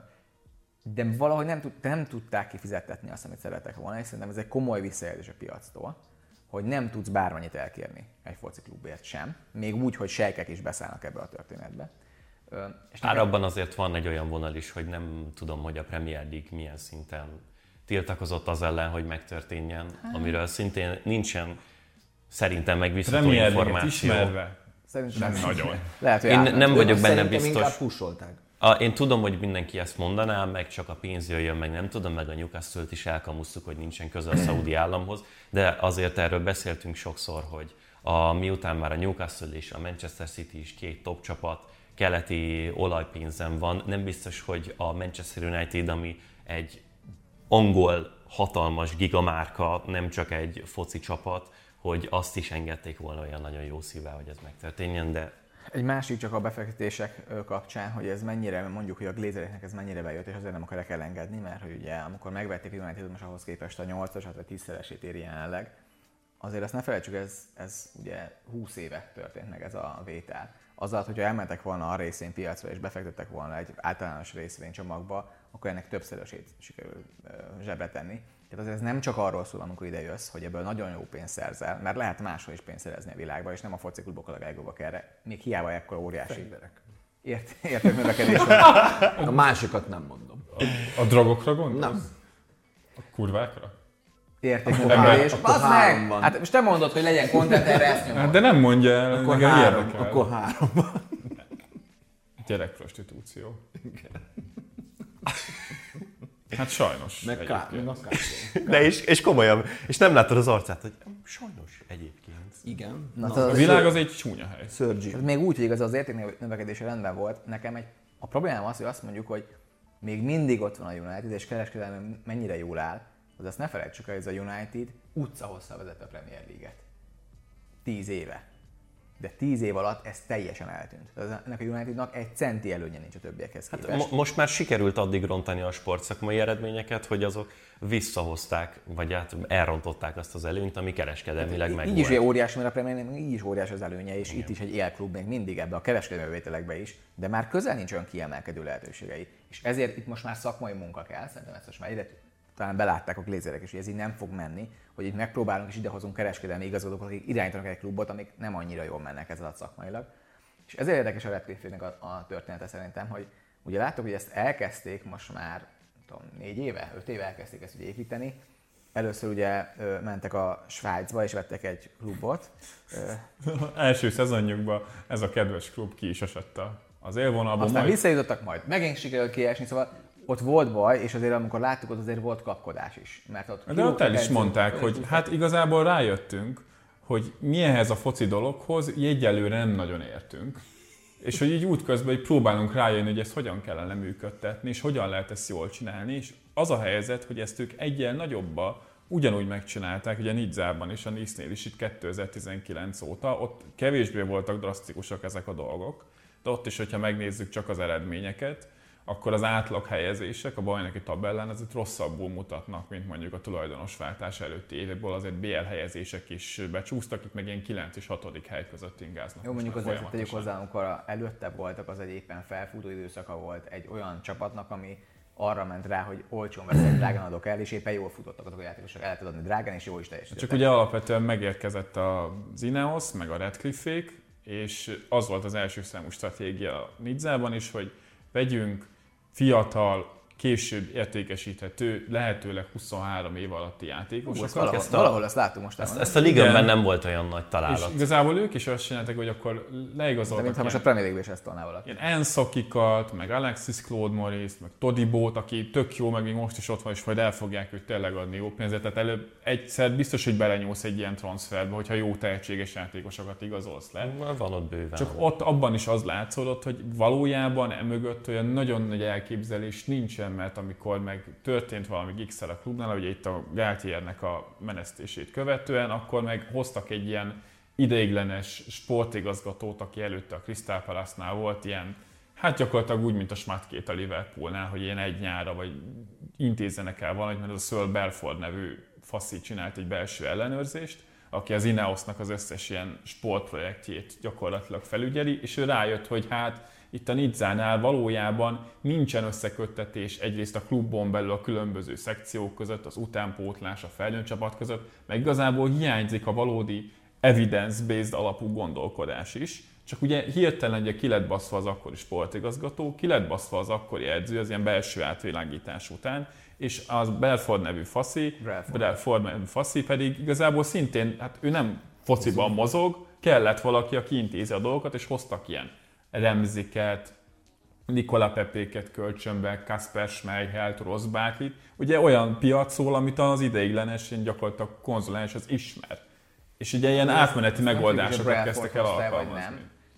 De valahogy nem, tud, nem tudták kifizettetni azt, amit szeretek volna, és szerintem ez egy komoly visszajelzés a piactól, hogy nem tudsz bármennyit elkérni egy foci klubért sem, még úgy, hogy sejkek is beszállnak ebbe a történetbe. És Bár nekem... abban azért van egy olyan vonal is, hogy nem tudom, hogy a Premier League milyen szinten tiltakozott az ellen, hogy megtörténjen, hát. amiről szintén nincsen szerintem megbízható információ. Ismerve. Szerintem nem nagyon. Lehet, hogy Én átment. nem vagyok benne biztos. Inkább pusolták. A, én tudom, hogy mindenki ezt mondaná, meg csak a pénz jöjjön, meg nem tudom, meg a Newcastle-t is elkamusztuk, hogy nincsen köze a szaudi államhoz, de azért erről beszéltünk sokszor, hogy a, miután már a Newcastle és a Manchester City is két top csapat, keleti olajpénzen van, nem biztos, hogy a Manchester United, ami egy angol hatalmas gigamárka, nem csak egy foci csapat, hogy azt is engedték volna olyan nagyon jó szívvel, hogy ez megtörténjen, de... Egy másik csak a befektetések kapcsán, hogy ez mennyire, mondjuk, hogy a Glazereknek ez mennyire bejött, és azért nem akarják elengedni, mert hogy ugye amikor megvették a United, most ahhoz képest a nyolcas, vagy tízszeresét éri jelenleg, azért azt ne felejtsük, ez, ez ugye húsz éve történt meg ez a vétel. Azzal, hogyha elmentek volna a részvénypiacra és befektettek volna egy általános részvénycsomagba, akkor ennek többszörösét sikerül zsebre tenni. Tehát azért ez nem csak arról szól, amikor ide jössz, hogy ebből nagyon jó pénzt szerzel, mert lehet máshol is pénzt szerezni a világban, és nem a fociklubok a legjobbak erre, még hiába ekkor óriási. Fegyverek. Ért, értek növekedés. A másikat nem mondom. A, a drogokra gondolsz? Nem. A kurvákra? Értéknövekedés. Bazd meg! Van. Hát most te mondod, hogy legyen content, erre ezt nyomod. De nem mondja el, akkor három, akkor három van. Gyerekprostitúció. Hát sajnos. Meg kár, meg a kár. De és, és komolyan, és nem látod az arcát, hogy sajnos egyébként. Igen. Na, Na, a világ az egy csúnya hely. Szörgyi. Még úgy, hogy igaz, az értéknövekedése rendben volt. Nekem egy, a problémám az, hogy azt mondjuk, hogy még mindig ott van a United, és kereskedelme mennyire jól áll, az azt ne felejtsük el, hogy ez a United utcahosszal vezet a Premier League-et. Tíz éve. De tíz év alatt ez teljesen eltűnt. Ennek a Unitednak egy centi előnye nincs a többiekhez képest. Hát mo- most már sikerült addig rontani a sportszakmai eredményeket, hogy azok visszahozták, vagy hát elrontották azt az előnyt, ami kereskedelmileg hát, megvolt. Így is óriási, mert a Premier League így is óriási az előnye, és igen. Itt is egy élklub még mindig ebbe a kereskedelmi bevételekbe is, de már közel nincs olyan kiemelkedő lehetőségei. És ezért itt most már szakmai munka kell, szerintem ezt most már ide talán belátták a glézerek is, hogy ez így nem fog menni, hogy itt megpróbálunk és idehozunk kereskedelmi igazgatókat, akik irányítanak egy klubot, amik nem annyira jól mennek ezzel a szakmailag. És ezért érdekes a Redcliffe-nek a, a története szerintem, hogy ugye láttuk, hogy ezt elkezdték most már tudom, négy éve, öt éve elkezdték ezt ugye építeni. Először ugye mentek a Svájcba és vettek egy klubot. Első szezonjukban ez a kedves klub ki is esett az élvonalban. Aztán majd... visszajutottak majd, megint sikerült kiesni, szóval ott volt baj, és azért amikor láttuk, ott azért volt kapkodás is. Mert ott de ott el is mondták, hogy hát igazából rájöttünk, hogy mi ehhez a foci dologhoz egyelőre nem nagyon értünk. És hogy így útközben így próbálunk rájönni, hogy ezt hogyan kellene működtetni, és hogyan lehet ezt jól csinálni. És az a helyzet, hogy ezt ők egyen nagyobba ugyanúgy megcsinálták, ugye Nizzában és a Nice-nél is itt kétezer-tizenkilenc óta, ott kevésbé voltak drasztikusak ezek a dolgok, de ott is, hogyha megnézzük csak az eredményeket, akkor az átlag helyezések a bajnoki tabellán azért rosszabbul mutatnak, mint mondjuk a tulajdonosváltás előtti évekből, azért bé el helyezések is becsúsztak, itt meg ilyen kilenc és hatodik hely között ingáznak. Jó, mondjuk azért tegyük hozzá, amikor előtte voltak, az egy éppen felfutó időszaka volt egy olyan csapatnak, ami arra ment rá, hogy olcsón veszek, drágán adok el, és éppen jól futottak azok a játékosok, el lehet adni drágán, és jól is teljesítettek. Csak ugye alapvetően megérkezett az Ineos, meg a Redcliffe-ék, és az volt az első számú stratégia Nizzában is, hogy vegyünk fiatal, később értékesíthető, lehetőleg huszonhárom év alatti játékosokat. Valahol, ezt a, valahol ezt láttuk most. Ezt, ezt a ligában nem volt olyan nagy találat. És igazából ők is azt csináltak, hogy akkor leigazoltak. De mintha most a Premier League-ben is ezt tolná valaki. Ilyen Ensokikat, meg Alexis Claude Morris, meg Todibót, aki tök jó, meg még most is ott van, és majd el fogják őt tényleg adni jó pénzet. Tehát előbb egyszer biztos, hogy belenyúlsz egy ilyen transferbe, hogyha jó tehetséges játékosokat igazolsz le. Van ott bőven. Csak ott abban is az látszódott, hogy valójában emögött olyan nagyon nagy elképzelés nincsen, mert amikor meg történt valami X-szel a klubnál, ugye itt a Galtiernek a menesztését követően, akkor meg hoztak egy ilyen ideiglenes sportigazgatót, aki előtte a Crystal Palace-nál volt, ilyen, hát gyakorlatilag úgy, mint a Schmatkét a Liverpoolnál, hogy ilyen egy nyára, vagy intézzenek el valamit, mert az a Sir Belford nevű faszi csinált egy belső ellenőrzést, aki az Ineosnak az összes ilyen sportprojektjét gyakorlatilag felügyeli, és ő rájött, hogy hát itt a Nizzánál valójában nincsen összeköttetés egyrészt a klubon belül a különböző szekciók között, az utánpótlás, a felnőtt csapat között, meg igazából hiányzik a valódi evidence-based alapú gondolkodás is. Csak ugye hirtelen ugye ki lett baszva az akkori sportigazgató, ki lett baszva az akkori edző az ilyen belső átvilágítás után, és az Belford nevű faszi, Belford. Belford nevű faszi pedig igazából szintén, hát ő nem fociban mozog, kellett valaki, aki intézi a dolgokat, és hoztak ilyen Remziket, Nikola Pepéket kölcsönbe, Kasper Schmeichelt, Rosbachit. Ugye olyan piacról, amit az ideiglenes, gyakorlatilag konzulens az ismer. És ugye ilyen átmeneti megoldásokat kezdtek el alkalmazni.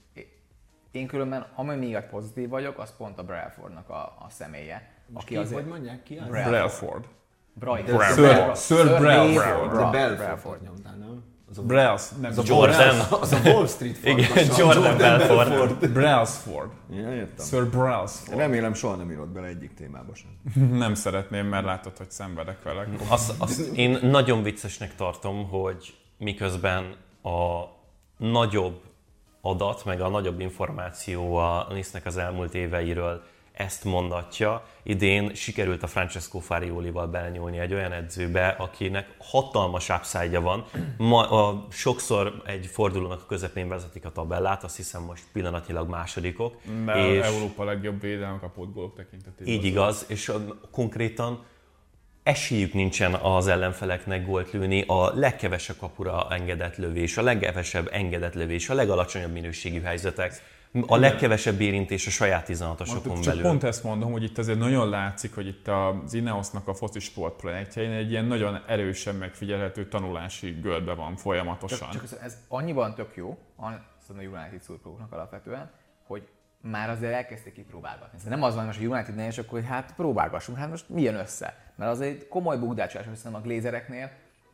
Én különben, ami miatt pozitív vagyok, az pont a Brelfordnak a, a személye. Most aki ki, azért... hogy mondják ki? Az? Brelford. Brelford. Sir Brelford. De Belford nyomtál, nem? Az a Brels, nem az a Jordan. Az a Wall Street Ford. Igen, Jordan Belfort. Brailsford. Ja, értem. Sir Brailsford. Remélem soha nem írod bele egyik témába sem. Nem szeretném, mert látod, hogy szenvedek vele. Azt, azt én nagyon viccesnek tartom, hogy miközben a nagyobb adat, meg a nagyobb információ a Nice-nek az elmúlt éveiről ezt mondatja. Idén sikerült a Francesco Fariolival belenyúlni egy olyan edzőbe, akinek hatalmas upside-ja van. Ma, a, sokszor egy fordulónak a közepén vezetik a tabellát, azt hiszem most pillanatnyilag másodikok. Mert és Európa legjobb védelem kapott gólok tekintetében. Így igaz, és a, konkrétan esélyük nincsen az ellenfeleknek gólt lőni, a legkevesebb kapura engedett lövés, a legkevesebb engedett lövés, a legalacsonyabb minőségű helyzetek. A legkevesebb érintés a saját tizenhatosokon Csak belül. Pont ezt mondom, hogy itt azért nagyon látszik, hogy itt az Ineosnak a foci sport projektjein egy ilyen nagyon erősen megfigyelhető tanulási görbe van folyamatosan. Csak, csak ez annyiban tök jó, a United szurkolóknak alapvetően, hogy már azért elkezdték kipróbálgatni. Nem az van most a Unitednél, és akkor hogy hát próbálgassunk, hát most mi jön össze? Mert az egy komoly bukdácsolás, hiszem a glézereknél,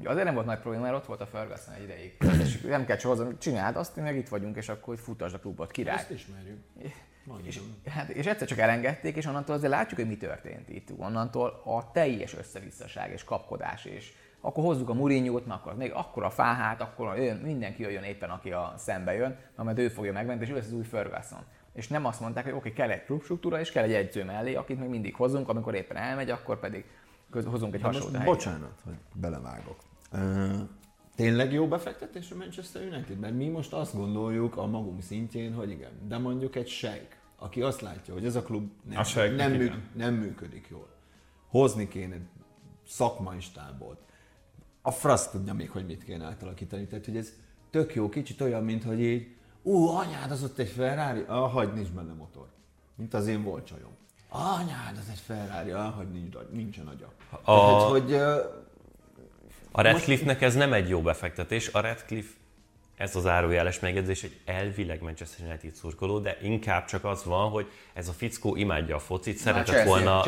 Azért nem volt nagy probléma, mert ott volt a Ferguson egy ideig. És nem kell sorozom, csináld azt, meg itt vagyunk, és akkor futasd a klubot, király. Ezt ismerjük. És, hát, és egyszer csak elengedték, és onnantól azért látjuk, hogy mi történt itt. Onnantól a teljes összevisszaság és kapkodás, és akkor hozzuk a Mourinho-t, akkor még akkor a fáhát, akkor jön, mindenki jöjjön éppen, aki a szembe jön, mert ő fogja megvenni, és ő lesz az új Ferguson. És nem azt mondták, hogy oké, okay, kell egy klubstruktúra, és kell egy edző mellé, akit még mindig hozunk, amikor éppen elmegy, akkor pedig hozunk egy hasonló helyet. Bocsánat, hogy belevágok. Uh, tényleg jó befektetés a Manchester United? Mert mi most azt gondoljuk a magunk szintjén, hogy igen, de mondjuk egy sheik, aki azt látja, hogy ez a klub nem, a nem, műk, nem működik jól. Hozni kéne szakmai stábot. A frasz tudja még, hogy mit kéne átalakítani. Tehát, hogy ez tök jó, kicsit olyan, mint hogy így, ú, anyád, az ott egy Ferrari, ah, hagyd, nincs benne motor. Mint az én volt csajom. Anyád, az egy Ferrari, ah, hagyd, nincs, nincsen agya. A... Tehát, hogy... Uh, A Radcliffe-nek ez nem egy jó befektetés. A Radcliffe, ez az zárójeles megjegyzés, egy elvileg Manchester United szurkoló, de inkább csak az van, hogy ez a fickó imádja a focit, szeretett volna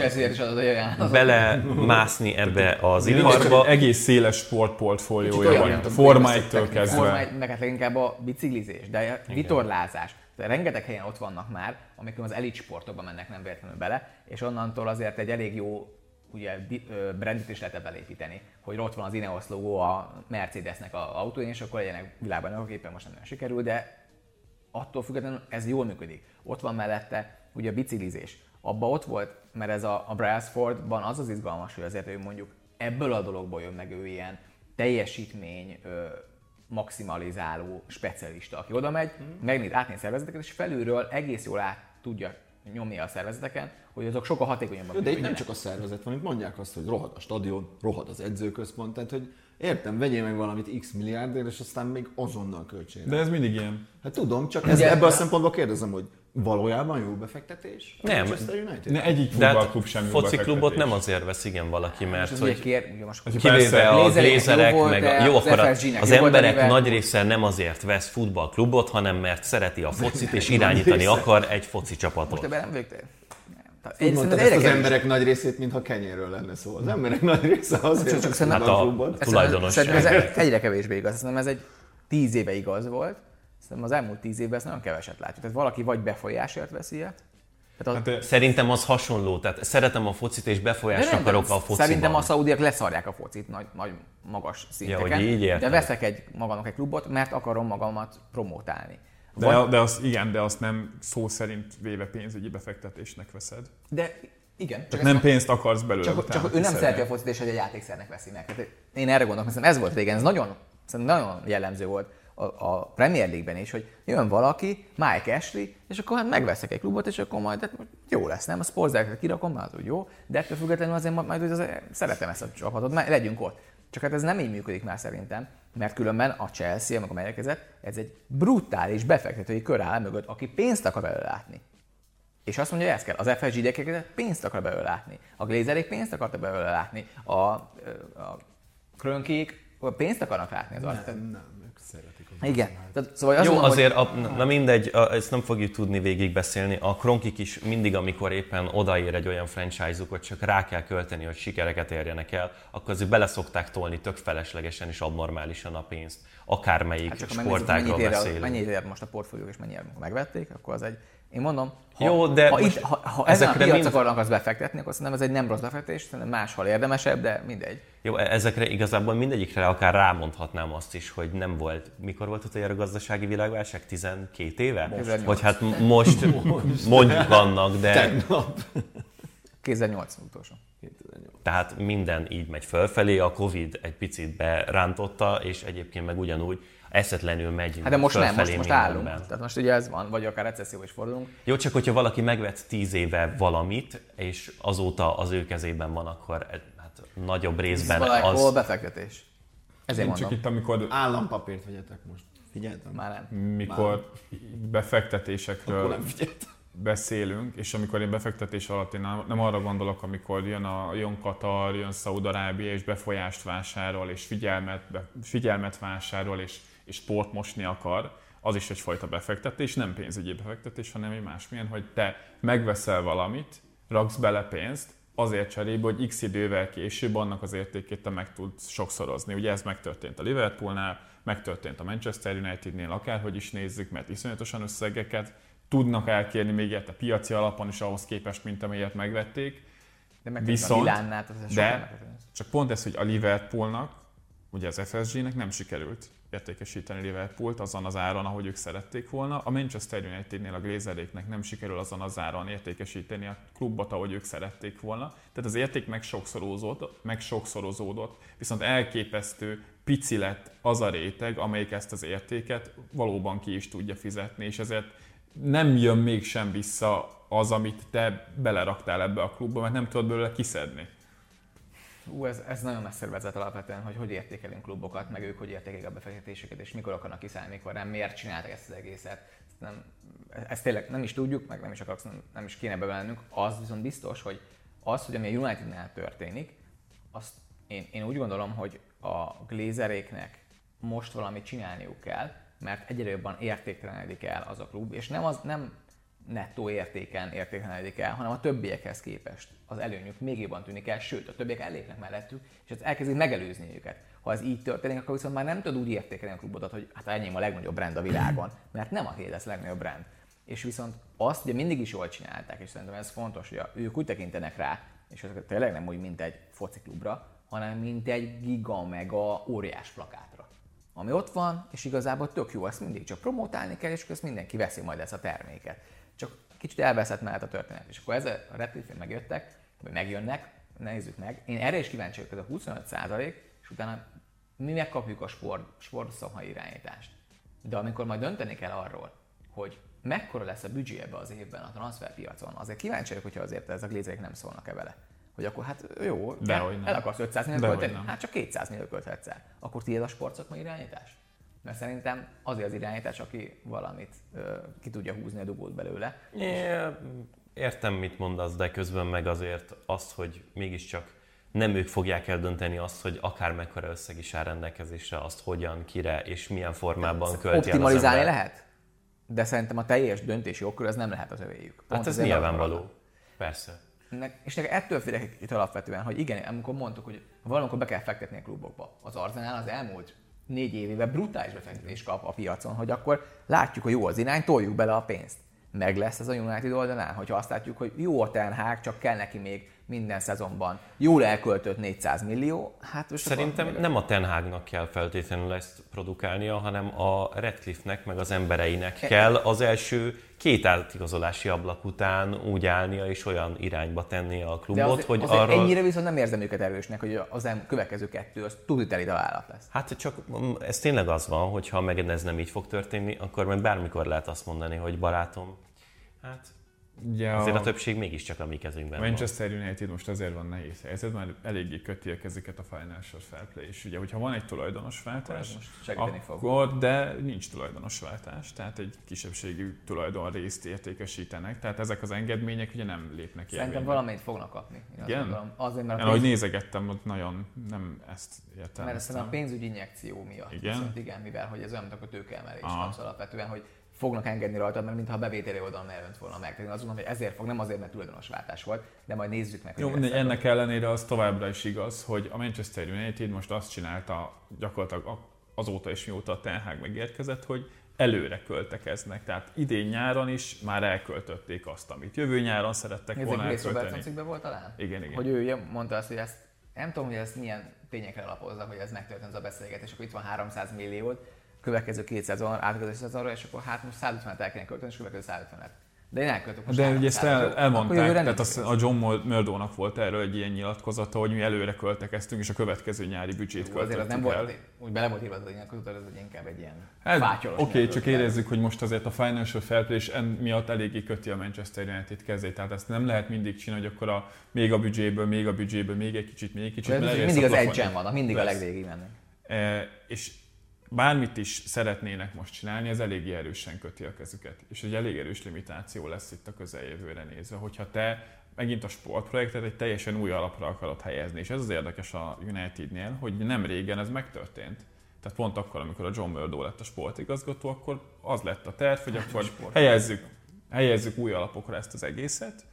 belemászni ebbe az iparba. Egész széles sportportfóliója van, a Forma egytől kezdve. Meg hát leginkább a biciklizés, de a vitorlázás. De rengeteg helyen ott vannak már, amikor az elit sportokban mennek nem véletlenül bele, és onnantól azért egy elég jó ugye brandet is lehet ebben építeni, hogy ott van az Ineos logó a Mercedesnek az autóin, és akkor legyenek világban, éppen most nem nagyon sikerül, de attól függetlenül ez jól működik. Ott van mellette ugye a biciklizés. Abba ott volt, mert ez a, a Brailsfordban az az izgalmas, hogy azért ő mondjuk ebből a dologból jön meg ő ilyen teljesítmény ö, maximalizáló specialista, aki oda megy, hmm. megnéz, átnéz szervezeteket, és felülről egész jól át tudja nyomni a szervezeteken, hogy azok sokkal hatékonyabban. De itt nem csak a szervezet van, itt mondják azt, hogy rohad a stadion, rohad az edzőközpont, tehát hogy értem, vegyél meg valamit x milliárdért, és aztán még azonnal költségre. De ez mindig ilyen. Hát tudom, csak ez, ebből a szempontból kérdezem, hogy valójában jó befektetés? Nem, ne, egyik futballklub sem jó foci klubot nem azért vesz igen valaki, mert most hogy kér, most kivéve a glézerek, meg a, jó, akkor az, az emberek nagy része nem azért vesz futballklubot, hanem mert szereti a focit és irányítani akar egy foci csapatot. Most ebben nem vagyok te. Úgy mondtad ezt az emberek nagy részét, mintha kenyérről lenne szó. Az emberek nagy része azért csak csak hát a, a tulajdonosság. Szerintem ez egyre kevésbé igaz. Szerintem ez egy tíz éve igaz volt. Szerintem az elmúlt tíz évben ezt nagyon keveset látjuk. Tehát valaki vagy befolyásért veszi ilyet. Hát az... Szerintem az hasonló. Tehát szeretem a focit és befolyást akarok a fociban. Szerintem a szaudiak leszarják a focit nagy, nagy magas szinteken. Ja, de veszek egy magamnak egy klubot, mert akarom magamat promotálni. De, Vagy... de azt, igen, de azt nem szó szerint véve pénzügyi befektetésnek veszed. De igen. Csak nem pénzt akarsz belőle. Csak, csak ő nem szereti a focit, és hogy egy játékszernek veszi meg. Tehát én erre gondolok, mert ez volt régen, ez nagyon, nagyon jellemző volt a, a Premier League-ben is, hogy jön valaki, Mike Ashley, és akkor hát megveszek egy klubot, és akkor majd hát jó lesz, nem? A Sportszert kirakom, már az úgy jó, de ettől függetlenül azért majd azért szeretem ezt a csapatot, majd legyünk ott. Csak hát ez nem így működik már szerintem, mert különben a Chelsea, amikor megérkezett, ez egy brutális befektetői kör áll mögött, aki pénzt akar belőle látni. És azt mondja, hogy ez kell. Az ef es gé pénzt akar belőle látni. A Glazerék pénzt akartak belőle látni. A, a Krönkék pénzt akarnak látni. Az nem, nem, ők szeretik. Igen. Tehát, szóval azt Jó, mondom, azért, hogy... a, na mindegy, a, ezt nem fogjuk tudni végigbeszélni. A Kronkik is mindig, amikor éppen odaér egy olyan franchise-uk, hogy csak rá kell költeni, hogy sikereket érjenek el, akkor azért bele szokták tolni tök feleslegesen és abnormálisan a pénzt. Akármelyik hát sportágról beszélünk. Mennyit ér most a portfóliók, és mennyire megvették, akkor az egy... Én mondom, ha, Jó, de ha, itt, ha, ha ezen a piac mind... akarnak azt befektetni, akkor szerintem ez egy nem rossz befektetés, szerintem máshol érdemesebb, de mindegy. Jó, ezekre igazából mindegyikre akár rámondhatnám azt is, hogy nem volt. Mikor volt utoljára a gazdasági világválság? tizenkét éve? Most. Vagy hát most mondjuk annak, de... Tegnap. kétezer-nyolc utolsó. Tehát minden így megy fölfelé, a Covid egy picit berántotta, és egyébként meg ugyanúgy eszetlenül megy hát de most fölfelé nem, most, most állunk. Tehát most ugye ez van, vagy akár recesszióba is fordulunk. Jó, csak hogyha valaki megvett tíz éve valamit, és azóta az ő kezében van, akkor hát nagyobb részben ez az... Hol befektetés? Ezért Én mondom. csak itt, amikor... Állampapírt vegyetek most. Figyeltem? Már nem. Mikor Már. befektetésekről nem beszélünk, és amikor én befektetés alatt én nem arra gondolok, amikor jön, a, jön Katar, jön Szaúd-Arábia, és befolyást vásárol, és figyelmet, be, figyelmet vásárol, és, és sport mosni akar, az is egyfajta befektetés, nem pénzügyi befektetés, hanem egy másmilyen, hogy te megveszel valamit, raksz bele pénzt, azért cserébe, hogy x idővel később annak az értékét te meg tudsz sokszorozni. Ugye ez megtörtént a Liverpoolnál, megtörtént a Manchester Unitednél, akárhogy is nézzük, mert iszonyatosan összegeket tudnak elkérni még ilyet a piaci alapon is ahhoz képest, mint amilyet megvették. De meg viszont, a Milánnál, az de csak pont ez, hogy a Liverpoolnak, ugye az ef es gé-nek nem sikerült értékesíteni Liverpoolt azon az áron, ahogy ők szerették volna. A Manchester Unitednél a Glazeréknek nem sikerül azon az áron értékesíteni a klubot, ahogy ők szerették volna. Tehát az érték megsokszorozódott, megsokszorozódott, viszont elképesztő pici lett az a réteg, amelyik ezt az értéket valóban ki is tudja fizetni, és ezért nem jön mégsem vissza az, amit te beleraktál ebbe a klubba, mert nem tudod belőle kiszedni. Ú, ez, ez nagyon messzire vezet alapvetően, hogy hogy értékelünk klubokat, meg ők hogy értékelik a befektetéseket, és mikor akarnak kiszállni, mikor nem, miért csináltak ezt az egészet. Nem, ezt tényleg nem is tudjuk, meg nem is akarsz, nem, nem is kéne bevennünk. Az viszont biztos, hogy az, hogy ami a Unitednál történik, azt én, én úgy gondolom, hogy a Glazeréknek most valamit csinálniuk kell, mert egyre jobban értéktelenedik el az a klub, és nem, az, nem nettó értéken értéktelenedik el, hanem a többiekhez képest az előnyük még jobban tűnik el, sőt, a többiek ellépnek mellettük, és ez elkezdik megelőzni őket. Ha ez így történik, akkor viszont már nem tud úgy értékelni a klubodat, hogy hát enyém a legnagyobb brand a világon, mert nem a Hédes a legnagyobb brand. És viszont azt ugye mindig is jól csinálták, és szerintem ez fontos, hogy ők úgy tekintenek rá, és ez tényleg nem úgy, mint egy fociklubra, hanem mint egy giga-mega óriás plakátra. Ami ott van, és igazából tök jó, ezt mindig csak promotálni kell, és akkor mindenki veszi majd ezt a terméket. Csak kicsit elveszett mellett a történet. És akkor ezzel a Redcliffe-en megjöttek, vagy megjönnek, nézzük meg. Én erre is kíváncsi vagyok, ez a huszonöt százalék, és utána mi megkapjuk a sport, sportszakmai irányítást. De amikor majd dönteni kell arról, hogy mekkora lesz a büdzsé ebbe az évben a transferpiacon, azért kíváncsi vagyok, hogyha azért ez a Glazerék nem szólnak-e vele. Hogy akkor hát jó, de el akarsz ötszáz milliót költeni, hát csak kétszáz milliót költhetsz el. Akkor tiéd a sportszakmai irányítás? Mert szerintem azért az irányítás, aki valamit ö, ki tudja húzni a dugót belőle. É, értem, mit mondasz, de közben meg azért azt, hogy mégiscsak nem ők fogják eldönteni azt, hogy akár mekkora összeg is áll rendelkezésre, azt hogyan, kire és milyen formában költi el az ember. Optimalizálni lehet? De szerintem a teljes döntési jogkör ez nem lehet az övéjük. Pont hát ez nyilvánvaló. Persze. És nekem ettől félek itt alapvetően, hogy igen, amikor mondtuk, hogy valamikor be kell fektetni a klubokba. Az Arsenal az elmúlt négy évében brutális befektetés kap a piacon, hogy akkor látjuk, hogy jó az irány, toljuk bele a pénzt. Meg lesz ez a United oldalán, hogyha azt látjuk, hogy jó a Ten Hag, csak kell neki még minden szezonban jól elköltött négyszáz millió. Hát most szerintem nem a Ten Hagnak kell feltétlenül ezt produkálnia, hanem a Redcliffe-nek meg az embereinek kell az első két átigazolási ablak után úgy állnia és olyan irányba tennie a klubot, de azért, hogy azért arról... ennyire viszont nem érzem őket erősnek, hogy az következő kettő az tuditeli találat lesz. Hát csak ez tényleg az van, hogy ha meg ez nem így fog történni, akkor meg bármikor lehet azt mondani, hogy barátom, hát ja, azért a többség mégiscsak a mi kezünkben van. Manchester United most azért van nehéz helyzet, mert eléggé köti a kezüket a Financial Fair Play, és ugye, hogyha van egy tulajdonosváltás, akkor, fog. de nincs tulajdonosváltás, tehát egy kisebbségű tulajdonrészt értékesítenek, tehát ezek az engedmények ugye nem lépnek érvénybe. Szerintem valamit fognak kapni. Igen? Azért, mert pénz... ahogy nézegettem, ott nagyon nem ezt értem. Mert ezt a pénzügyi injekció miatt. Igen? Viszont igen, mivel hogy ez olyan, mint a tőkeemelés kapsz alapvetően, hogy fognak engedni rajtad, mert mintha a bevételi oldalon elönt volna meg. Tehát azt mondom, hogy ezért fog, nem azért, mert tulajdonosváltás volt, de majd nézzük meg. Jó, hogy ennek ellenére az továbbra is igaz, hogy a Manchester United most azt csinálta gyakorlatilag azóta is, mióta a Ten Hag megérkezett, hogy előre költekeznek. Tehát idén nyáron is már elköltötték azt, amit jövő nyáron szerettek ez volna elkölteni. Ez egy elkölteni. cikkben volt talán? Igen, igen. Hogy ő mondta azt, hogy ezt, nem tudom, hogy ezt milyen tényekre alapozza, hogy ez megtörtént ez a beszélgetés, akkor itt van háromszáz milliót, következő két szezon, átkötés szezonra, és akkor hát most száz ötvenet el kéne költeni, és következő száz ötvenet. De én elköltök most. De ugye ezt el, elmondták, tehát az, a John Murdochnak volt erről egy ilyen nyilatkozata, hogy mi előre költekeztünk, és a következő nyári büdzsét költöttük azért az nem el. Volt, úgy bele volt írva az nyilatkozat, ez inkább egy ilyen hát, fátyolos. Oké, okay, csak érezzük, hogy most azért a Financial Fair Play miatt eléggé köti a Manchester United kezét, tehát ezt nem lehet mindig csinálni, hogy akkor a, még a büdzséből, még a büdzséből, még egy kicsit, még egy kicsit. Mindig, mindig az edge-en vannak, mindig lesz. A legvégig mennek. E, és bármit is szeretnének most csinálni, ez eléggé erősen köti a kezüket. És egy elég erős limitáció lesz itt a közeljövőre nézve, hogyha te megint a sportprojektet egy teljesen új alapra akarod helyezni. És ez az érdekes a Unitednél, hogy nem régen ez megtörtént. Tehát pont akkor, amikor a John Murdoch lett a sportigazgató, akkor az lett a terv, hogy akkor helyezzük, helyezzük új alapokra ezt az egészet,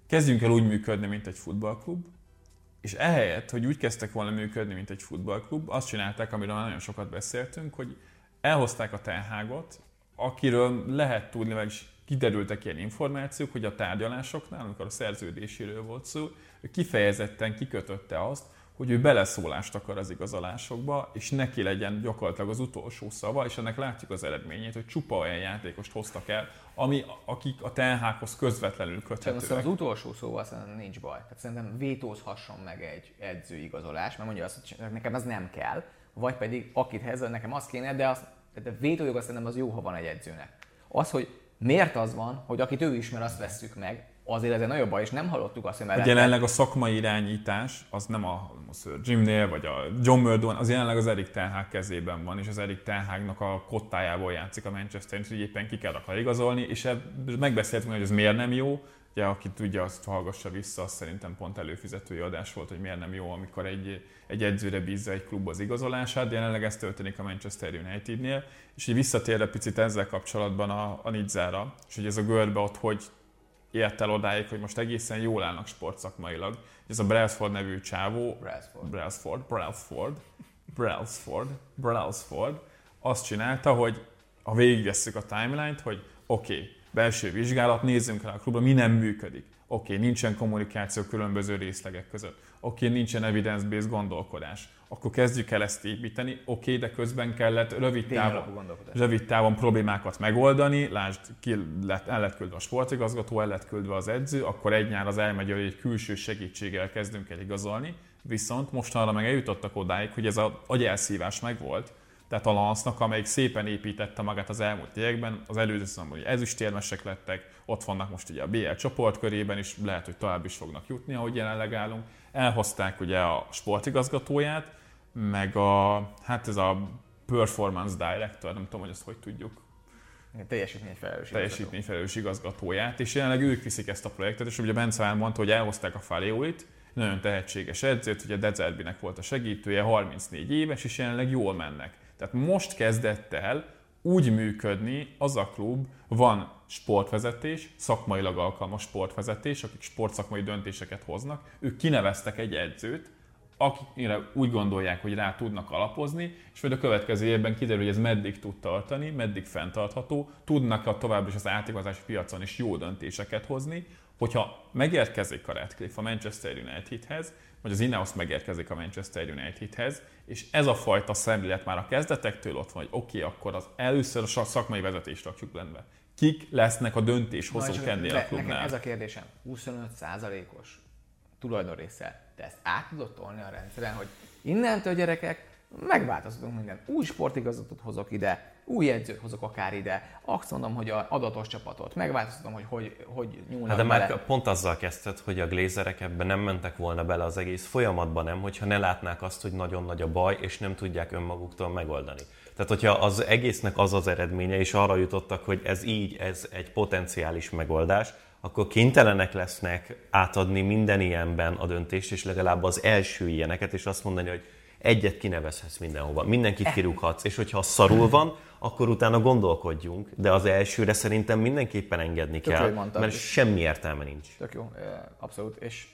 kezdjünk el úgy működni, mint egy futballklub, és ehelyett, hogy úgy kezdtek volna működni, mint egy futballklub, azt csinálták, amiről nagyon sokat beszéltünk, hogy elhozták a Ten Hagot, akiről lehet tudni, vagyis kiderültek ilyen információk, hogy a tárgyalásoknál, amikor a szerződéséről volt szó, ő kifejezetten kikötötte azt, hogy ő beleszólást akar az igazolásokba, és neki legyen gyakorlatilag az utolsó szava, és ennek látjuk az eredményét, hogy csupa olyan játékost hoztak el, ami, akik a Ten Haghoz közvetlenül köthetőek. Az utolsó szóval szerintem nincs baj. Tehát szerintem vétózhasson meg egy edzőigazolás, mert mondja azt, hogy nekem ez nem kell, vagy pedig akit helyezzel, nekem az kéne, de az, de vétójoga szerintem az jó, ha van egy edzőnek. Az, hogy miért az van, hogy akit ő ismer, azt vesszük meg, azért ez egy nagyobb baj, és nem hallottuk azt, hogy mellette... Jelenleg a szakmai irányítás az nem a, a Sir Jimnél, vagy a John Murdoch, az jelenleg az Erik Ten Hag kezében van, és az Erik Ten Hagnak a kottájából játszik a Manchester United, hogy éppen ki kell akar igazolni, és megbeszéltünk, hogy ez miért nem jó. Ugye, aki tudja, azt hallgassa vissza, azt szerintem pont előfizetői adás volt, hogy miért nem jó, amikor egy, egy edzőre bízza egy klub az igazolását, de jelenleg ez történik a Manchester Unitednél, és így visszatérve picit ezzel kapcsolatban a, a Nidzára, és hogy ez a görbe ott hogy ért el odáig, hogy most egészen jól állnak sportszakmailag. Ez a Brailsford nevű csávó, Brailsford, Brailsford, Brailsford, Brailsford, Brailsford azt csinálta, hogy ha végigvesszük a timeline-t, hogy oké, okay, belső vizsgálat, nézzünk rá a klubra, mi nem működik. Oké, okay, nincsen kommunikáció különböző részlegek között. Oké, okay, nincsen evidence-based gondolkodás. Akkor kezdjük el ezt építeni. Oké, okay, de közben kellett rövid távon, rövid távon problémákat megoldani. Lásd, ki lett, el lett küldve a sportigazgató, el lett küldve az edző, akkor egy nyár az elmegy, hogy egy külső segítséggel kezdünk el igazolni. Viszont mostanra meg eljutottak odáig, hogy ez az agyelszívás megvolt. Tehát a Lance-nak, amelyik szépen építette magát az elmúlt években, az előző szezonban ezüstérmesek lettek, ott vannak most ugye a bé el csoportkörében is, lehet, hogy tovább is fognak jutni, ahogy jelenleg állunk. Elhozták ugye a sportigazgatóját, meg a, hát ez a performance director, nem tudom, hogy ezt hogy tudjuk. Teljesítményfelelős Teljesítményfelelős igazgatóját, és jelenleg ők viszik ezt a projektet, és ugye Bence elmondta, hogy elhozták a Faleolit, nagyon tehetséges edzőt, ugye De Zerbinek volt a segítője, harmincnégy éves, és jelenleg jól mennek. Tehát most kezdett el úgy működni az a klub, van sportvezetés, szakmailag alkalmas sportvezetés, akik sportszakmai döntéseket hoznak, ők kineveztek egy edzőt, akikre úgy gondolják, hogy rá tudnak alapozni, és majd a következő évben kiderül, hogy ez meddig tud tartani, meddig fenntartható, tudnak a tovább is az átigazási piacon is jó döntéseket hozni, hogyha megérkezik a Ratcliffe a Manchester Unitedhez, vagy az Ineos megérkezik a Manchester Unitedhez, és ez a fajta szemlélet már a kezdetektől ott van, hogy oké, okay, akkor az először a szakmai vezetést rakjuk rendbe. Kik lesznek a döntéshozók ennél a klubnál? Nekem ez a kérdésem, huszonöt százalékos tulajdonrésszel, te ezt át tudod tolni a rendszeren, hogy innentől gyerekek, megváltoztatunk mindent. Új sportigazgatót hozok ide, új edzőt hozok akár ide, azt mondom, hogy az adatos csapatot, megváltoztatom, hogy hogy, hogy nyúlnak hát de bele. már pont azzal kezdted, hogy a Glazerek ebben nem mentek volna bele az egész folyamatban, nem, hogyha ne látnák azt, hogy nagyon nagy a baj, és nem tudják önmaguktól megoldani. Tehát, hogyha az egésznek az az eredménye, és arra jutottak, hogy ez így, ez egy potenciális megoldás, akkor kénytelenek lesznek átadni minden ilyenben a döntést, és legalább az első ilyeneket, és azt mondani, hogy egyet kinevezhetsz mindenhova, mindenkit kirúghatsz, és hogyha szarul van, akkor utána gondolkodjunk, de az elsőre szerintem mindenképpen engedni Tök kell, mondtad, mert semmi értelme nincs. Tök jó, abszolút, és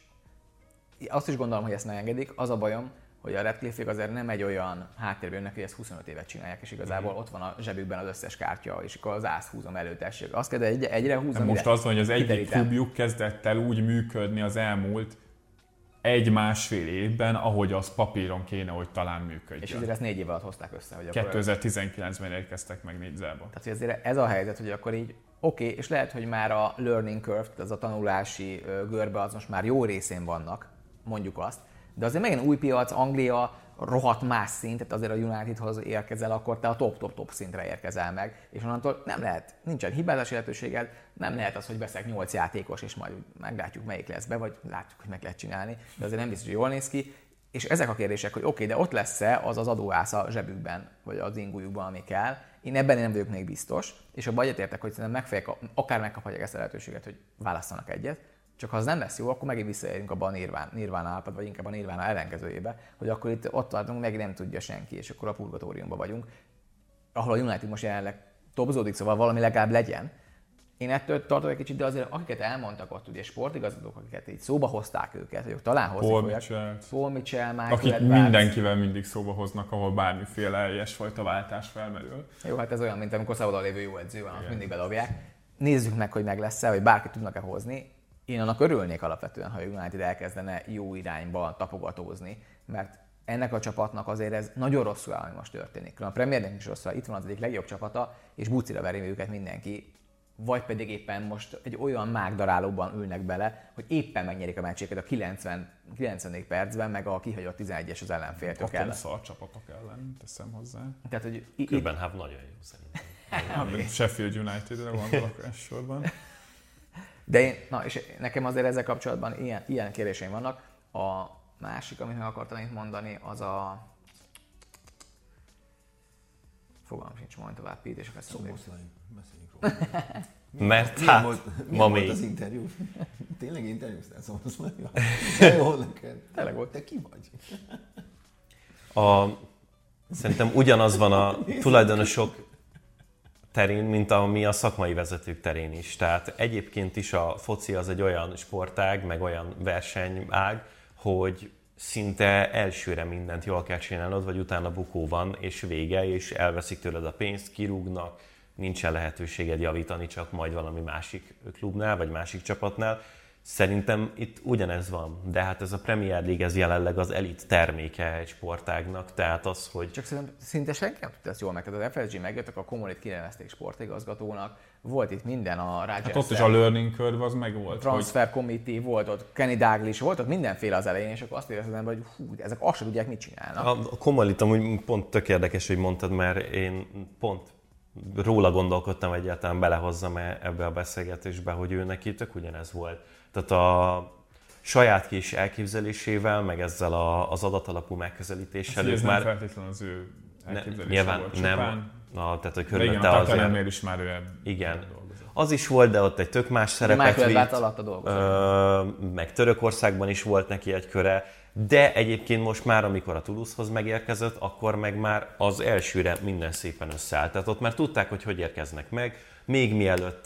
azt is gondolom, hogy ezt megengedik. Az a bajom, hogy a Ratcliffe azért nem egy olyan háttérből jönnek, hogy ezt huszonöt évet csinálják, és igazából mm. ott van a zsebükben az összes kártya, és akkor az ász húzom előtesség. Azt kell, de egy, egyre húzom. Most az van, hogy az egyik klubjuk kezdett el úgy működni az elmúlt egy-másfél évben, ahogy az papíron kéne, hogy talán működjön. És azért ezt négy év alatt hozták össze. Hogy kétezer-tizenkilencben érkeztek meg Nidzába. Tehát hogy azért ez a helyzet, hogy akkor így oké, okay, és lehet, hogy már a learning curve, az a tanulási görbe az most már jó részén vannak, mondjuk azt, de azért megint új piac, Anglia, rohadt más szint, tehát azért a Unitedhoz érkezel, akkor te a top-top-top szintre érkezel meg, és onnantól nem lehet, nincsen hibázási lehetőséged, nem lehet az, hogy veszek nyolc játékos, és majd meglátjuk, melyik lesz be, vagy látjuk, hogy meg lehet csinálni, de azért nem biztos, hogy jól néz ki. És ezek a kérdések, hogy oké, okay, de ott lesz-e az az adóász a zsebükben, vagy az ingujukban, ami kell. Én ebben nem vagyok még biztos, és abban egyetértek, hogy szerintem megfejek, akár megkaphatják ezt a lehetőséget, hogy válasszanak egyet. Csak ha az nem lesz jó, akkor megint visszaérünk abba a nirván, nirván állapot, vagy inkább a nirván ellenkezőjébe, hogy akkor itt ott tartunk, meg nem tudja senki, és akkor a purgatóriumban vagyunk, ahol a United most jelenleg topzódik, szóval valami legalább legyen, én ettől tartok egy kicsit, de azért akiket elmondtak ott, ugye sportigazgatók, akiket így szóba hozták őket, hogy ők talán hozni Paul fogják. Mitchell. Paul Mitchell, Michael Akik Edwards. mindenkivel mindig szóba hoznak, ahol bármiféle ilyesfajta váltás felmerül. Jó, hát ez olyan, mint amikor szabadon lévő jó edző van, azt mindig bedobják. Nézzük meg, hogy meg lesz-e, hogy bárki tudnak-e hozni. Én annak örülnék alapvetően, ha a United elkezdene jó irányba tapogatózni, mert ennek a csapatnak azért ez nagyon rosszul áll, ami most történik. A Premiernek is rosszul áll, itt van az egyik legjobb csapata, és bucira veri őket mindenki, vagy pedig éppen most egy olyan mágdarálóban ülnek bele, hogy éppen megnyerik a meccséket a kilencven, kilencvenedik percben, meg a kihagyott tizenegyes az ellenféltől kell. Akkor szar csapatok ellen, teszem hozzá. Tehát, hogy Köbenháv nagyon jó szerintem. Sheffield Unitedre gondolok elsősorban. De én, na és nekem azért ezzel kapcsolatban ilyen, ilyen kérdéseim vannak. A másik, amit meg akartam itt mondani, az a... Fogalmam sincs, majd tovább Pete, és akkor Szoboszlai, beszéljünk róla. Mert Milyen hát, volt, ma milyen még. volt az interjú? Tényleg interjúztál Szoboszlai? Jó neked. Tényleg volt. Te ki vagy? A, szerintem ugyanaz van a tulajdonosok terén, mint ami a szakmai vezetők terén is. Tehát egyébként is a foci az egy olyan sportág, meg olyan versenyág, hogy szinte elsőre mindent jól kell csinálnod, vagy utána bukó van, és vége, és elveszik tőled a pénzt, kirúgnak, nincsen lehetőséged javítani, csak majd valami másik klubnál, vagy másik csapatnál. Szerintem itt ugyanez van, de hát ez a Premier League, ez jelenleg az elit terméke egy sportágnak, tehát az, hogy... Csak szerintem szinte senki nem tudta ezt jól meg. Tehát az ef es gé megjöttek, a Komolit kinevezték sportigazgatónak, volt itt minden a Rodgers. Hát ott is a learning curve az meg volt. Transfer hogy... committee, volt ott Kenny Dalglish, volt ott mindenféle az elején, és akkor azt éreztem, ember, hogy hú, ezek azt sem tudják, mit csinálnak. A Komolit amúgy pont tök érdekes, hogy mondtad, mert én pont róla gondolkodtam egyáltalán belehozzam ebbe a beszélgetésbe, hogy ő neki tök ugyanez volt. Tehát a saját kis elképzelésével, meg ezzel a, az adatalapú megközelítéssel. Ez már nem feltétlenül az ő elképzelése ne, nyilván volt nem, csupán. na, tehát hogy körülötte körülötte az azért... Igen, is már ő igen. Az is volt, de ott egy tök más szerepet vitt. alatt a dolgozó. Meg Törökországban is volt neki egy köre, de egyébként most már, amikor a Toulousehoz megérkezett, akkor meg már az elsőre minden szépen összeállt. Tehát ott már tudták, hogy hogy érkeznek meg, még mielőtt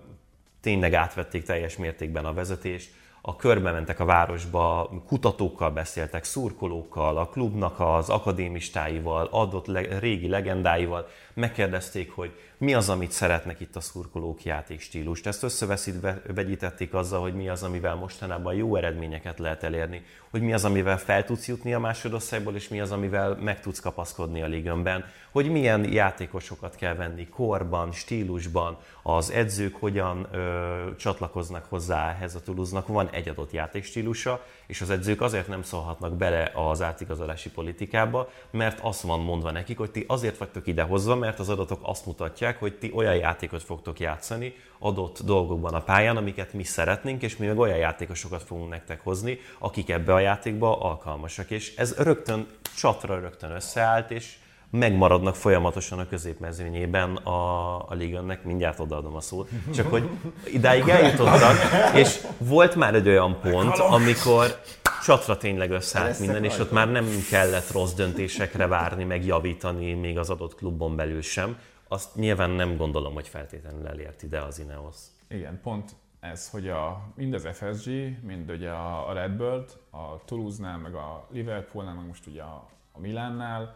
tényleg átvették teljes mértékben a vezetést, a körbe mentek a városba, kutatókkal beszéltek, szurkolókkal, a klubnak az akadémistáival, adott le- régi legendáival, megkérdezték, hogy mi az, amit szeretnek itt a szurkolók játékstílust. Ezt összeveszítve vegyítették azzal, hogy mi az, amivel mostanában jó eredményeket lehet elérni, hogy mi az, amivel fel tudsz jutni a másodosztályból, és mi az, amivel meg tudsz kapaszkodni a ligönben, hogy milyen játékosokat kell venni korban, stílusban, az edzők hogyan ö, csatlakoznak hozzá ehhez a Toulouse-nak, van egy adott játékstílusa, és az edzők azért nem szólhatnak bele az átigazolási politikába, mert azt van mondva nekik, hogy ti azért vagytok idehozva, mert az adatok azt mutatják, hogy ti olyan játékot fogtok játszani adott dolgokban a pályán, amiket mi szeretnénk, és mi meg olyan játékosokat fogunk nektek hozni, akik ebbe a játékba alkalmasak. És ez rögtön csatra rögtön összeállt, és megmaradnak folyamatosan a középmezőnyében a, a Ligue-nek, mindjárt odaadom a szót, csak hogy idáig eljutottak, és volt már egy olyan pont, amikor csatra tényleg összeállt minden, és ott már nem kellett rossz döntésekre várni, meg javítani még az adott klubon belül sem. Azt nyilván nem gondolom, hogy feltétlenül elért ide az Ineos. Igen, pont ez, hogy a, mind az ef es gé, mind ugye a Redbird, a Toulouse-nál, meg a Liverpoolnál, meg most ugye a, a Milánnál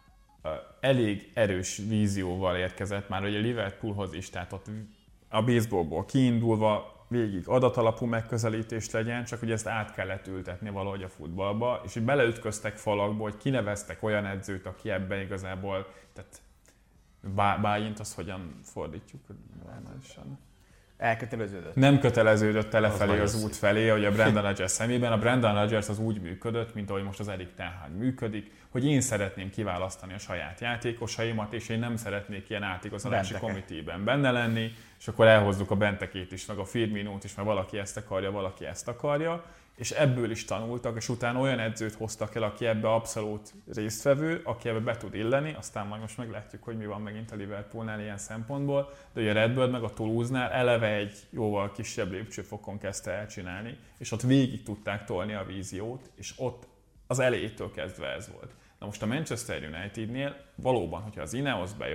elég erős vízióval érkezett már, hogy a Liverpoolhoz is, tehát ott a baseballból kiindulva végig adatalapú megközelítés legyen, csak hogy ezt át kellett ültetni valahogy a futballba, és így beleütköztek falakba, hogy kineveztek olyan edzőt, aki ebben igazából, tehát buy-int, azt hogyan fordítjuk normálisan? Elköteleződött. Nem köteleződött telefelé az, az út felé, hogy a Brendan Rodgers szemében. A Brendan Rodgers az úgy működött, mint ahogy most az Erik ten Hag működik, hogy én szeretném kiválasztani a saját játékosaimat, és én nem szeretnék ilyen átigazolási komitében benne lenni, és akkor elhozzuk a Bentekét is, meg a Firminót is, mert valaki ezt akarja, valaki ezt akarja, és ebből is tanultak, és utána olyan edzőt hoztak el, aki ebbe abszolút résztvevő, aki ebbe be tud illeni, aztán majd most meglátjuk, hogy mi van megint a Liverpoolnál ilyen szempontból, de ugye a Redbird meg a Toulouse-nál eleve egy jóval kisebb lépcsőfokon kezdte el csinálni, és ott végig tudták tolni a víziót, és ott az elejétől kezdve ez volt. Na most a Manchester Unitednél valóban, hogyha az Ineos bejön,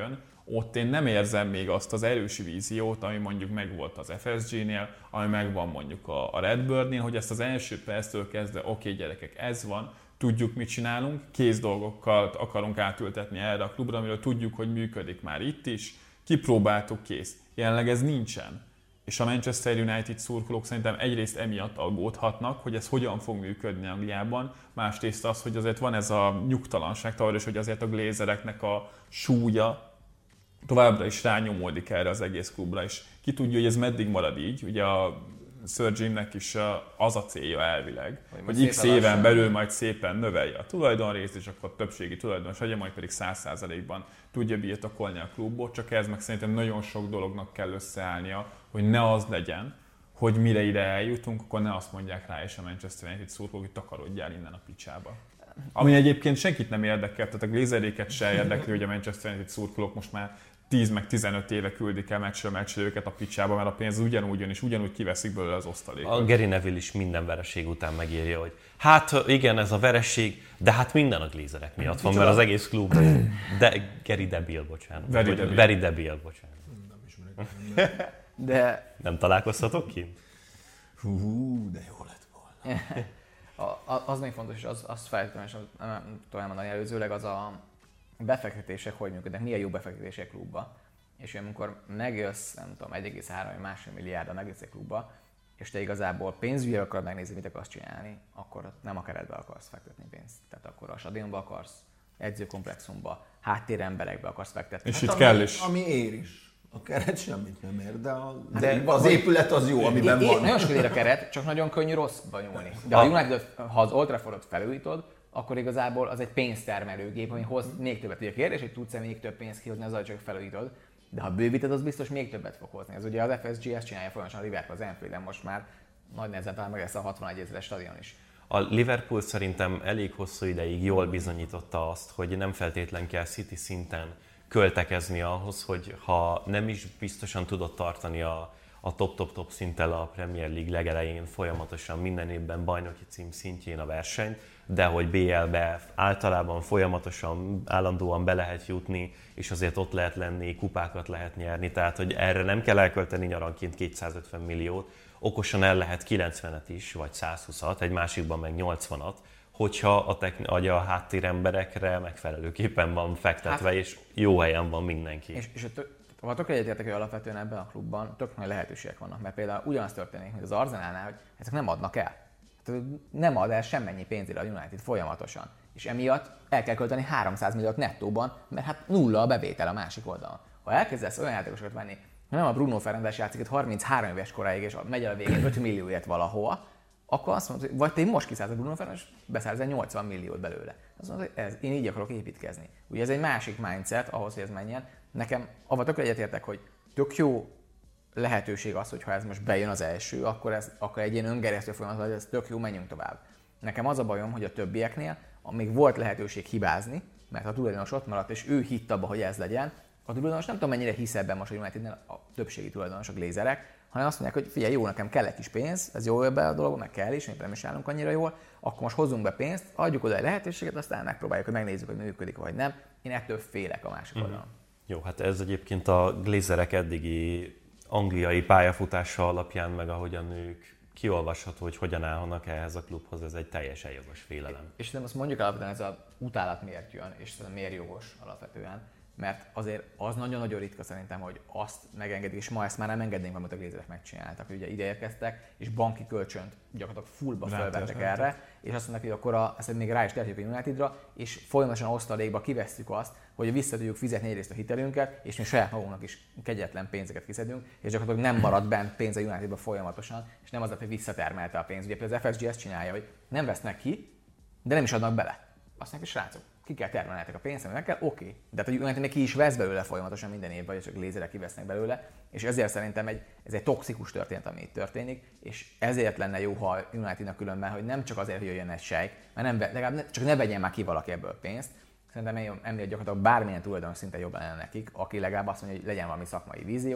ott én nem érzem még azt az erős víziót, ami mondjuk megvolt az ef es gé-nél, ami megvan mondjuk a Red Bird-nél, hogy ezt az első perctől kezdve, oké okay, gyerekek, ez van, tudjuk, mit csinálunk, kész dolgokkal akarunk átültetni erre a klubra, amiről tudjuk, hogy működik már itt is, kipróbáltuk, kész. Jelenleg ez nincsen. És a Manchester United szurkolók szerintem egyrészt emiatt aggódhatnak, hogy ez hogyan fog működni Angliában, másrészt az, hogy azért van ez a nyugtalanság továbbra is, hogy azért a Glazereknek a súlya továbbra is rányomódik erre az egész klubra, és ki tudja, hogy ez meddig marad így. Ugye a Sir Jimnek is az a célja elvileg, hogy, hogy x éven lassan belül majd szépen növelje a tulajdonrészt, és akkor többségi tulajdonos legyen, majd pedig száz százalékban tudja birtokolni a klubot, csak ez meg szerintem nagyon sok dolognak kell összeállnia, hogy ne az legyen, hogy mire ide eljutunk, akkor ne azt mondják rá, és a Manchester United szurkolók, hogy takarodjál innen a picsába. Ami egyébként senkit nem érdekel, tehát a Glazeréket se érdekli, hogy a Manchester United szurkolók most már tíz meg tizenöt éve küldik el meccsről meccsről őket a picsába, mert a pénz ugyanúgy jön, és ugyanúgy kiveszik belőle az osztalékot. A Gary Neville is minden vereség után megírja, hogy hát igen, ez a vereség, de hát minden a Glazerek miatt van, mert az egész klub. De Gary Debil, bocsánat. Very Debil. Very Debil, bocsánat. Nem ismerek. De... Nem találkoztatok ki? Hú, de jó lett volna. a, a, az még fontos, és az, azt feltétlenül sem nem tudom mondani előzőleg, az a befektetések hogy működnek, milyen jó befektetések klubba. És amikor megjössz, nem tudom, egy egész három vagy másfél milliárddal megjössz egy klubba, és te igazából pénzügyre akarod megnézni, mit akarsz csinálni, akkor nem a keretbe akarsz fektetni pénzt. Tehát akkor a stadionba akarsz, edzőkomplexumba, háttéremberekbe akarsz fektetni. És Hát itt ami, kell is. Ami ér is. A keret semmit nem ér, de, a, de az épület az jó, amiben é, van. Nagyon sokat ér a keret, csak nagyon könnyű rosszba nyúlni. De ha, United, ha az Old Traffordot felújítod, akkor igazából az egy pénztermelőgép, ami hoz még többet. Ugye a kérdés, hogy tudsz-e még több pénzt kihozni, azzal csak felújítod. De ha bővíted, az biztos még többet fog hozni. Ez ugye az ef es gé ezt csinálja folyamatosan a Liverpool, az Anfielden most már nagy nehezen talán meg lesz a hatvanegy ezeres stadion is. A Liverpool szerintem elég hosszú ideig jól bizonyította azt, hogy nem feltétlen kell City szinten költekezni ahhoz, hogy ha nem is biztosan tudott tartani a, a top-top-top szinttel a Premier League legelején folyamatosan minden évben bajnoki cím szintjén a versenyt, de hogy bé el-be általában folyamatosan, állandóan be lehet jutni, és azért ott lehet lenni, kupákat lehet nyerni, tehát hogy erre nem kell elkölteni nyaranként kétszázötven milliót, okosan el lehet kilencvenet is, vagy százhúszat, egy másikban meg nyolcvanat, hogyha a, techn- a háttéremberekre megfelelőképpen van fektetve, hát, és jó helyen van mindenki. És, és ha tök egyetértek, hogy alapvetően ebben a klubban tök nagy lehetőségek vannak, mert például ugyanaz történik, mint az Arsenalnál, hogy ezek nem adnak el. Tehát nem ad el semmennyi pénzére a United folyamatosan. És emiatt el kell költeni háromszáz milliót nettóban, mert hát nulla a bevétel a másik oldalon. Ha elkezdesz olyan játékosokat venni, hogy nem a Bruno Fernandes játszik itt harminchárom éves koráig, és megy el a végén öt millióért valahova, akkor azt mondod, hogy vagy te most kiszállsz a Bruno Fernandes, beszállsz nyolcvan milliót belőle. Azt mondod, hogy ez, én így akarok építkezni. Ugye ez egy másik mindset ahhoz, hogy ez menjen. Nekem avval tökre egyetértek, hogy tök jó lehetőség az, hogy ha ez most bejön az első, akkor, ez, akkor egy ilyen öngerjesztő folyamat, hogy ez tök jó, menjünk tovább. Nekem az a bajom, hogy a többieknél, amíg volt lehetőség hibázni, mert a tulajdonos ott maradt, és ő hitt abba, hogy ez legyen, a tulajdonos nem tudom mennyire hisz ebben most a Unitednél a többségi tulajdonosok, Glazerek, hanem azt mondják, hogy figyelj, jó, nekem kell egy kis pénz, ez jó ebbe a dologba, meg kell is, nem is állunk annyira jól, akkor most hozzunk be pénzt, adjuk oda egy lehetőséget, aztán megpróbáljuk, hogy megnézzük, hogy működik vagy nem. Én ettől félek a másik oldalon. Mm. Jó, hát ez egyébként a Glazerek eddigi angliai pályafutása alapján, meg ahogyan ők kiolvasható, hogy hogyan állhatnak ehhez a klubhoz, ez egy teljesen jogos félelem. És nem azt mondjuk alapvetően, ez az utálat miért jön, és miért jogos alapvetően. Mert azért az nagyon-nagyon ritka szerintem, hogy azt megengedik, és ma ezt már nem engednénk, amit a Glazerek megcsináltak. Ugye ide érkeztek, és banki kölcsönt gyakorlatilag fullba felvettek erre, és azt mondták, hogy akkor a, ezt még rá is tehetjük a Unitedra, és folyamatosan osztalékba kivesszük azt, hogy vissza tudjuk fizetni egyrészt a hitelünket, és mi saját magunknak is kegyetlen pénzeket fizetünk, és gyakorlatilag nem marad bent pénz a Unitedba folyamatosan, és nem az, hogy visszatermelte a pénz. Ugye például az ef es gé ezt csinálja, hogy nem vesznek ki, de nem is adnak bele. Azt mondják, hogy srácok, ki kell termelnetek a pénzt, meg kell, oké. Okay. De hát a United ki is vesz belőle folyamatosan minden évben, vagy csak Glazerek kivesznek belőle, és ezért szerintem egy, ez egy toxikus történet, ami itt történik, és ezért lenne jó, ha a Unitednak különben, hogy nem csak azért, hogy jöjjön egy sejk, mert nem, legalább ne, csak ne vegyen már ki valaki ebből pénzt. Szerintem ennél gyakorlatilag bármilyen tulajdonos szinte jobb lenne nekik, aki legalább azt mondja, hogy legyen valami szakmai vízió.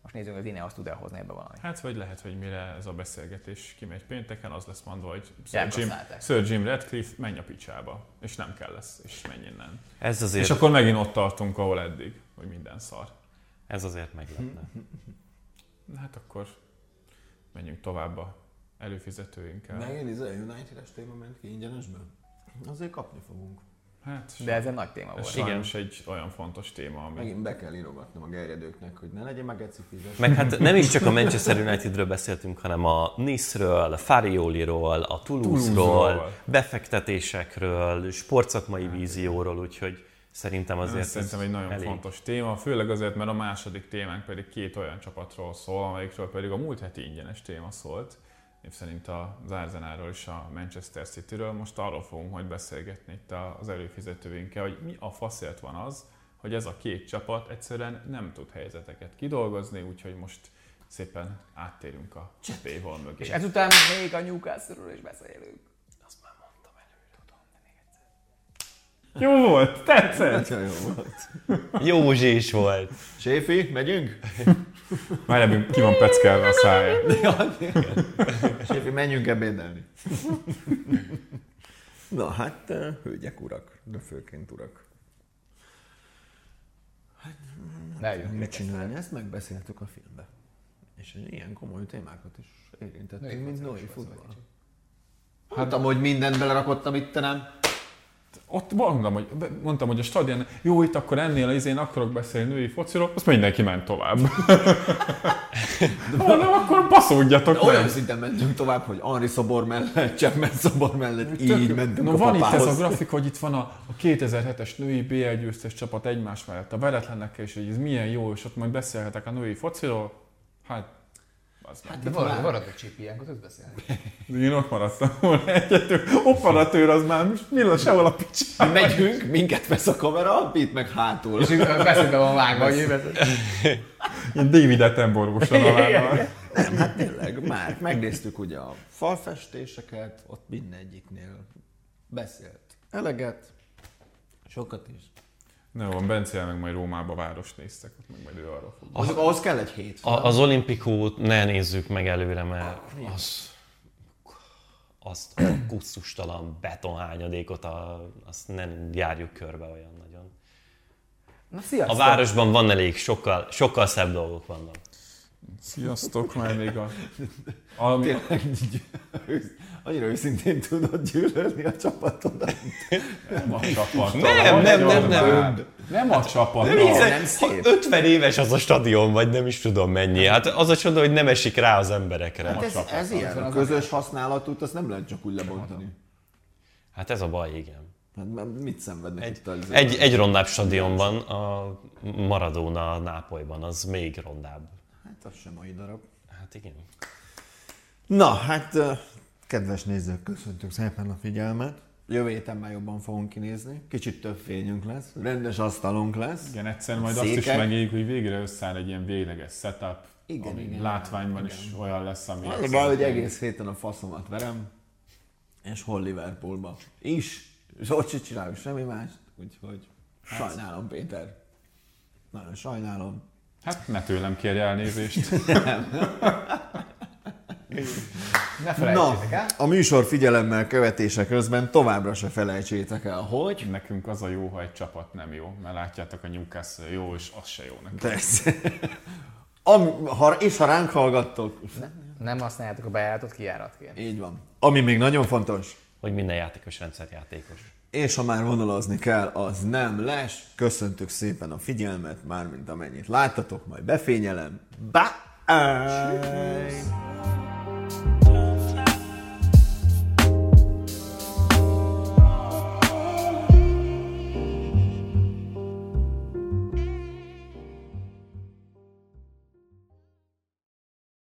Most nézzünk, hogy Ineos tud elhozni ebbe valami. Hát vagy lehet, hogy mire ez a beszélgetés kimegy pénteken, az lesz mondva, hogy Sir Jim, Elkosználták. Sir Jim Ratcliffe menj a picsába, és nem kell lesz, és menj innen. Ez azért, És akkor megint ott tartunk, ahol eddig, hogy minden szar. ez azért meglepne. Hát akkor menjünk tovább a előfizetőinkkel. Megint ez a United-es téma ment ki ingyenesből? Azért kapni fogunk. Hát, De ez egy nagy téma ez volt. sajnos egy olyan fontos téma, ami... Megint be kell írogatnom a gerjedőknek, hogy ne legyen meg egy fizet. Meg hát nem is csak a Manchester Unitedről beszéltünk, hanem a Nice-ről, a Farioliról, a Toulouse-ról, Toulouse-ról. befektetésekről, sportszakmai vízióról, úgyhogy szerintem azért Ez szerintem egy nagyon elég. fontos téma, főleg azért, mert a második témánk pedig két olyan csapatról szól, amelyikről pedig a múlt heti ingyenes téma szólt. Épp szerint az Arsenalról és a Manchester Cityről. Most arról fogunk majd beszélgetni itt az előfizetőinkkel, hogy mi a faszért van az, hogy ez a két csapat egyszerűen nem tud helyzeteket kidolgozni, úgyhogy most szépen áttérünk a paywall mögé. És ezután még a Newcastle-ről is beszélünk. Azt már mondtam előre, tudom, de még egyszer. Jó volt, tetszett! Nagyon jó volt. Józsi is volt. Séfi, megyünk? Várjál, ki van peckelve a szája. Séfi, menjünk ebédelni. Na hát, hölgyek, urak, de főként urak. Lejöjjünk. Mit csinálni? Ezt megbeszéltük a filmbe. És ilyen komoly témákat is érintettünk, mint női futball. Hát amúgy mindent belerakottam itt, te nem? Ott mondtam, hogy, mondtam, hogy a stadion, jó, itt akkor ennél az izén akarok beszélni női fociról, azt mindenki ment tovább. Mondom, akkor baszódjatok Olyan meg. szinten mentünk tovább, hogy Henri szobor mellett, Chapman szobor mellett, így mentünk no, a van papához. itt ez a grafika, hogy itt van a, a kétezer-hetes női bé el győztes csapat egymás mellett, a veretlenekkel, és hogy ez milyen jó, és ott majd beszélhetek a női fociról. Hát, az meg. De marad, marad a csip ilyenkor, tudsz beszélni. Én ott maradtam volna egyető. Operatőr az már, most mi a sehol a picsában. Megyünk, minket vesz a kamera, itt meg hátul. És beszélbe van vágva, hogy ő beszél. Ilyen David Attenborough sorolában. Nem, hát tényleg, már megnéztük ugye a falfestéseket, ott mindegyiknél beszélt eleget, sokat is. Ne van, Bencél meg majd Rómába város néztek, ott meg majd ő arra fog. Az, ahhoz kell egy hét. A, az olimpikót ne nézzük meg előre, mert az, azt a kusszustalan betonhányadékot, a, azt nem járjuk körbe olyan nagyon. Na sziasztok! A városban van elég, sokkal, sokkal szebb dolgok vannak. Sziasztok, már még a... Ami, Tényleg, annyira őszintén tudod gyűlölni a csapatodat. nem a csapat. Nem, nem, nem, nem. Nem a csapat. Nem, nem nem szép. ötven éves az a stadion, vagy nem is tudom mennyi. Hát az a csoda, hogy nem esik rá az emberekre. Hát ez, ez ilyen, a közös használatút, azt nem lehet csak úgy lebontani. Hát ez a baj, igen. Hát mit szenvednek Egy, itt az... egy, egy rondább stadion van, a Maradona Nápolyban, az még rondább. Hát az sem mai darab. Hát igen. Na, hát kedves nézők, köszöntök szépen a figyelmet. Jövő héten már jobban fogunk kinézni. Kicsit több fényünk lesz, rendes asztalunk lesz. Igen, egyszer majd Székek. azt is megéljük, hogy végre összeáll egy ilyen végleges setup, Igen, ami igen. látványban Igen. is olyan lesz, ami... Az a baj, hogy egész héten a faszomat verem, és hol Liverpoolba is, és ott se csinálok semmi mást, úgyhogy sajnálom, Péter. Nagyon sajnálom. Hát ne tőlem kérj elnézést. Ne Na, felejtsétek el. a műsor figyelemmel követése közben továbbra se felejtsétek el, hogy... Nekünk az a jó, ha egy csapat nem jó, mert látjátok, a Newcastle jó, és az se jó nekünk. Persze. Ami, ha, és ha ránk hallgattok, Nem használjátok a bejáratot kijáratként. így van. Ami még nagyon fontos, Hogy minden játékos rendszerjátékos. és ha már vonalazni kell, az nem les. Köszöntök szépen a figyelmet, mármint amennyit láttatok, majd befényelem. Bye!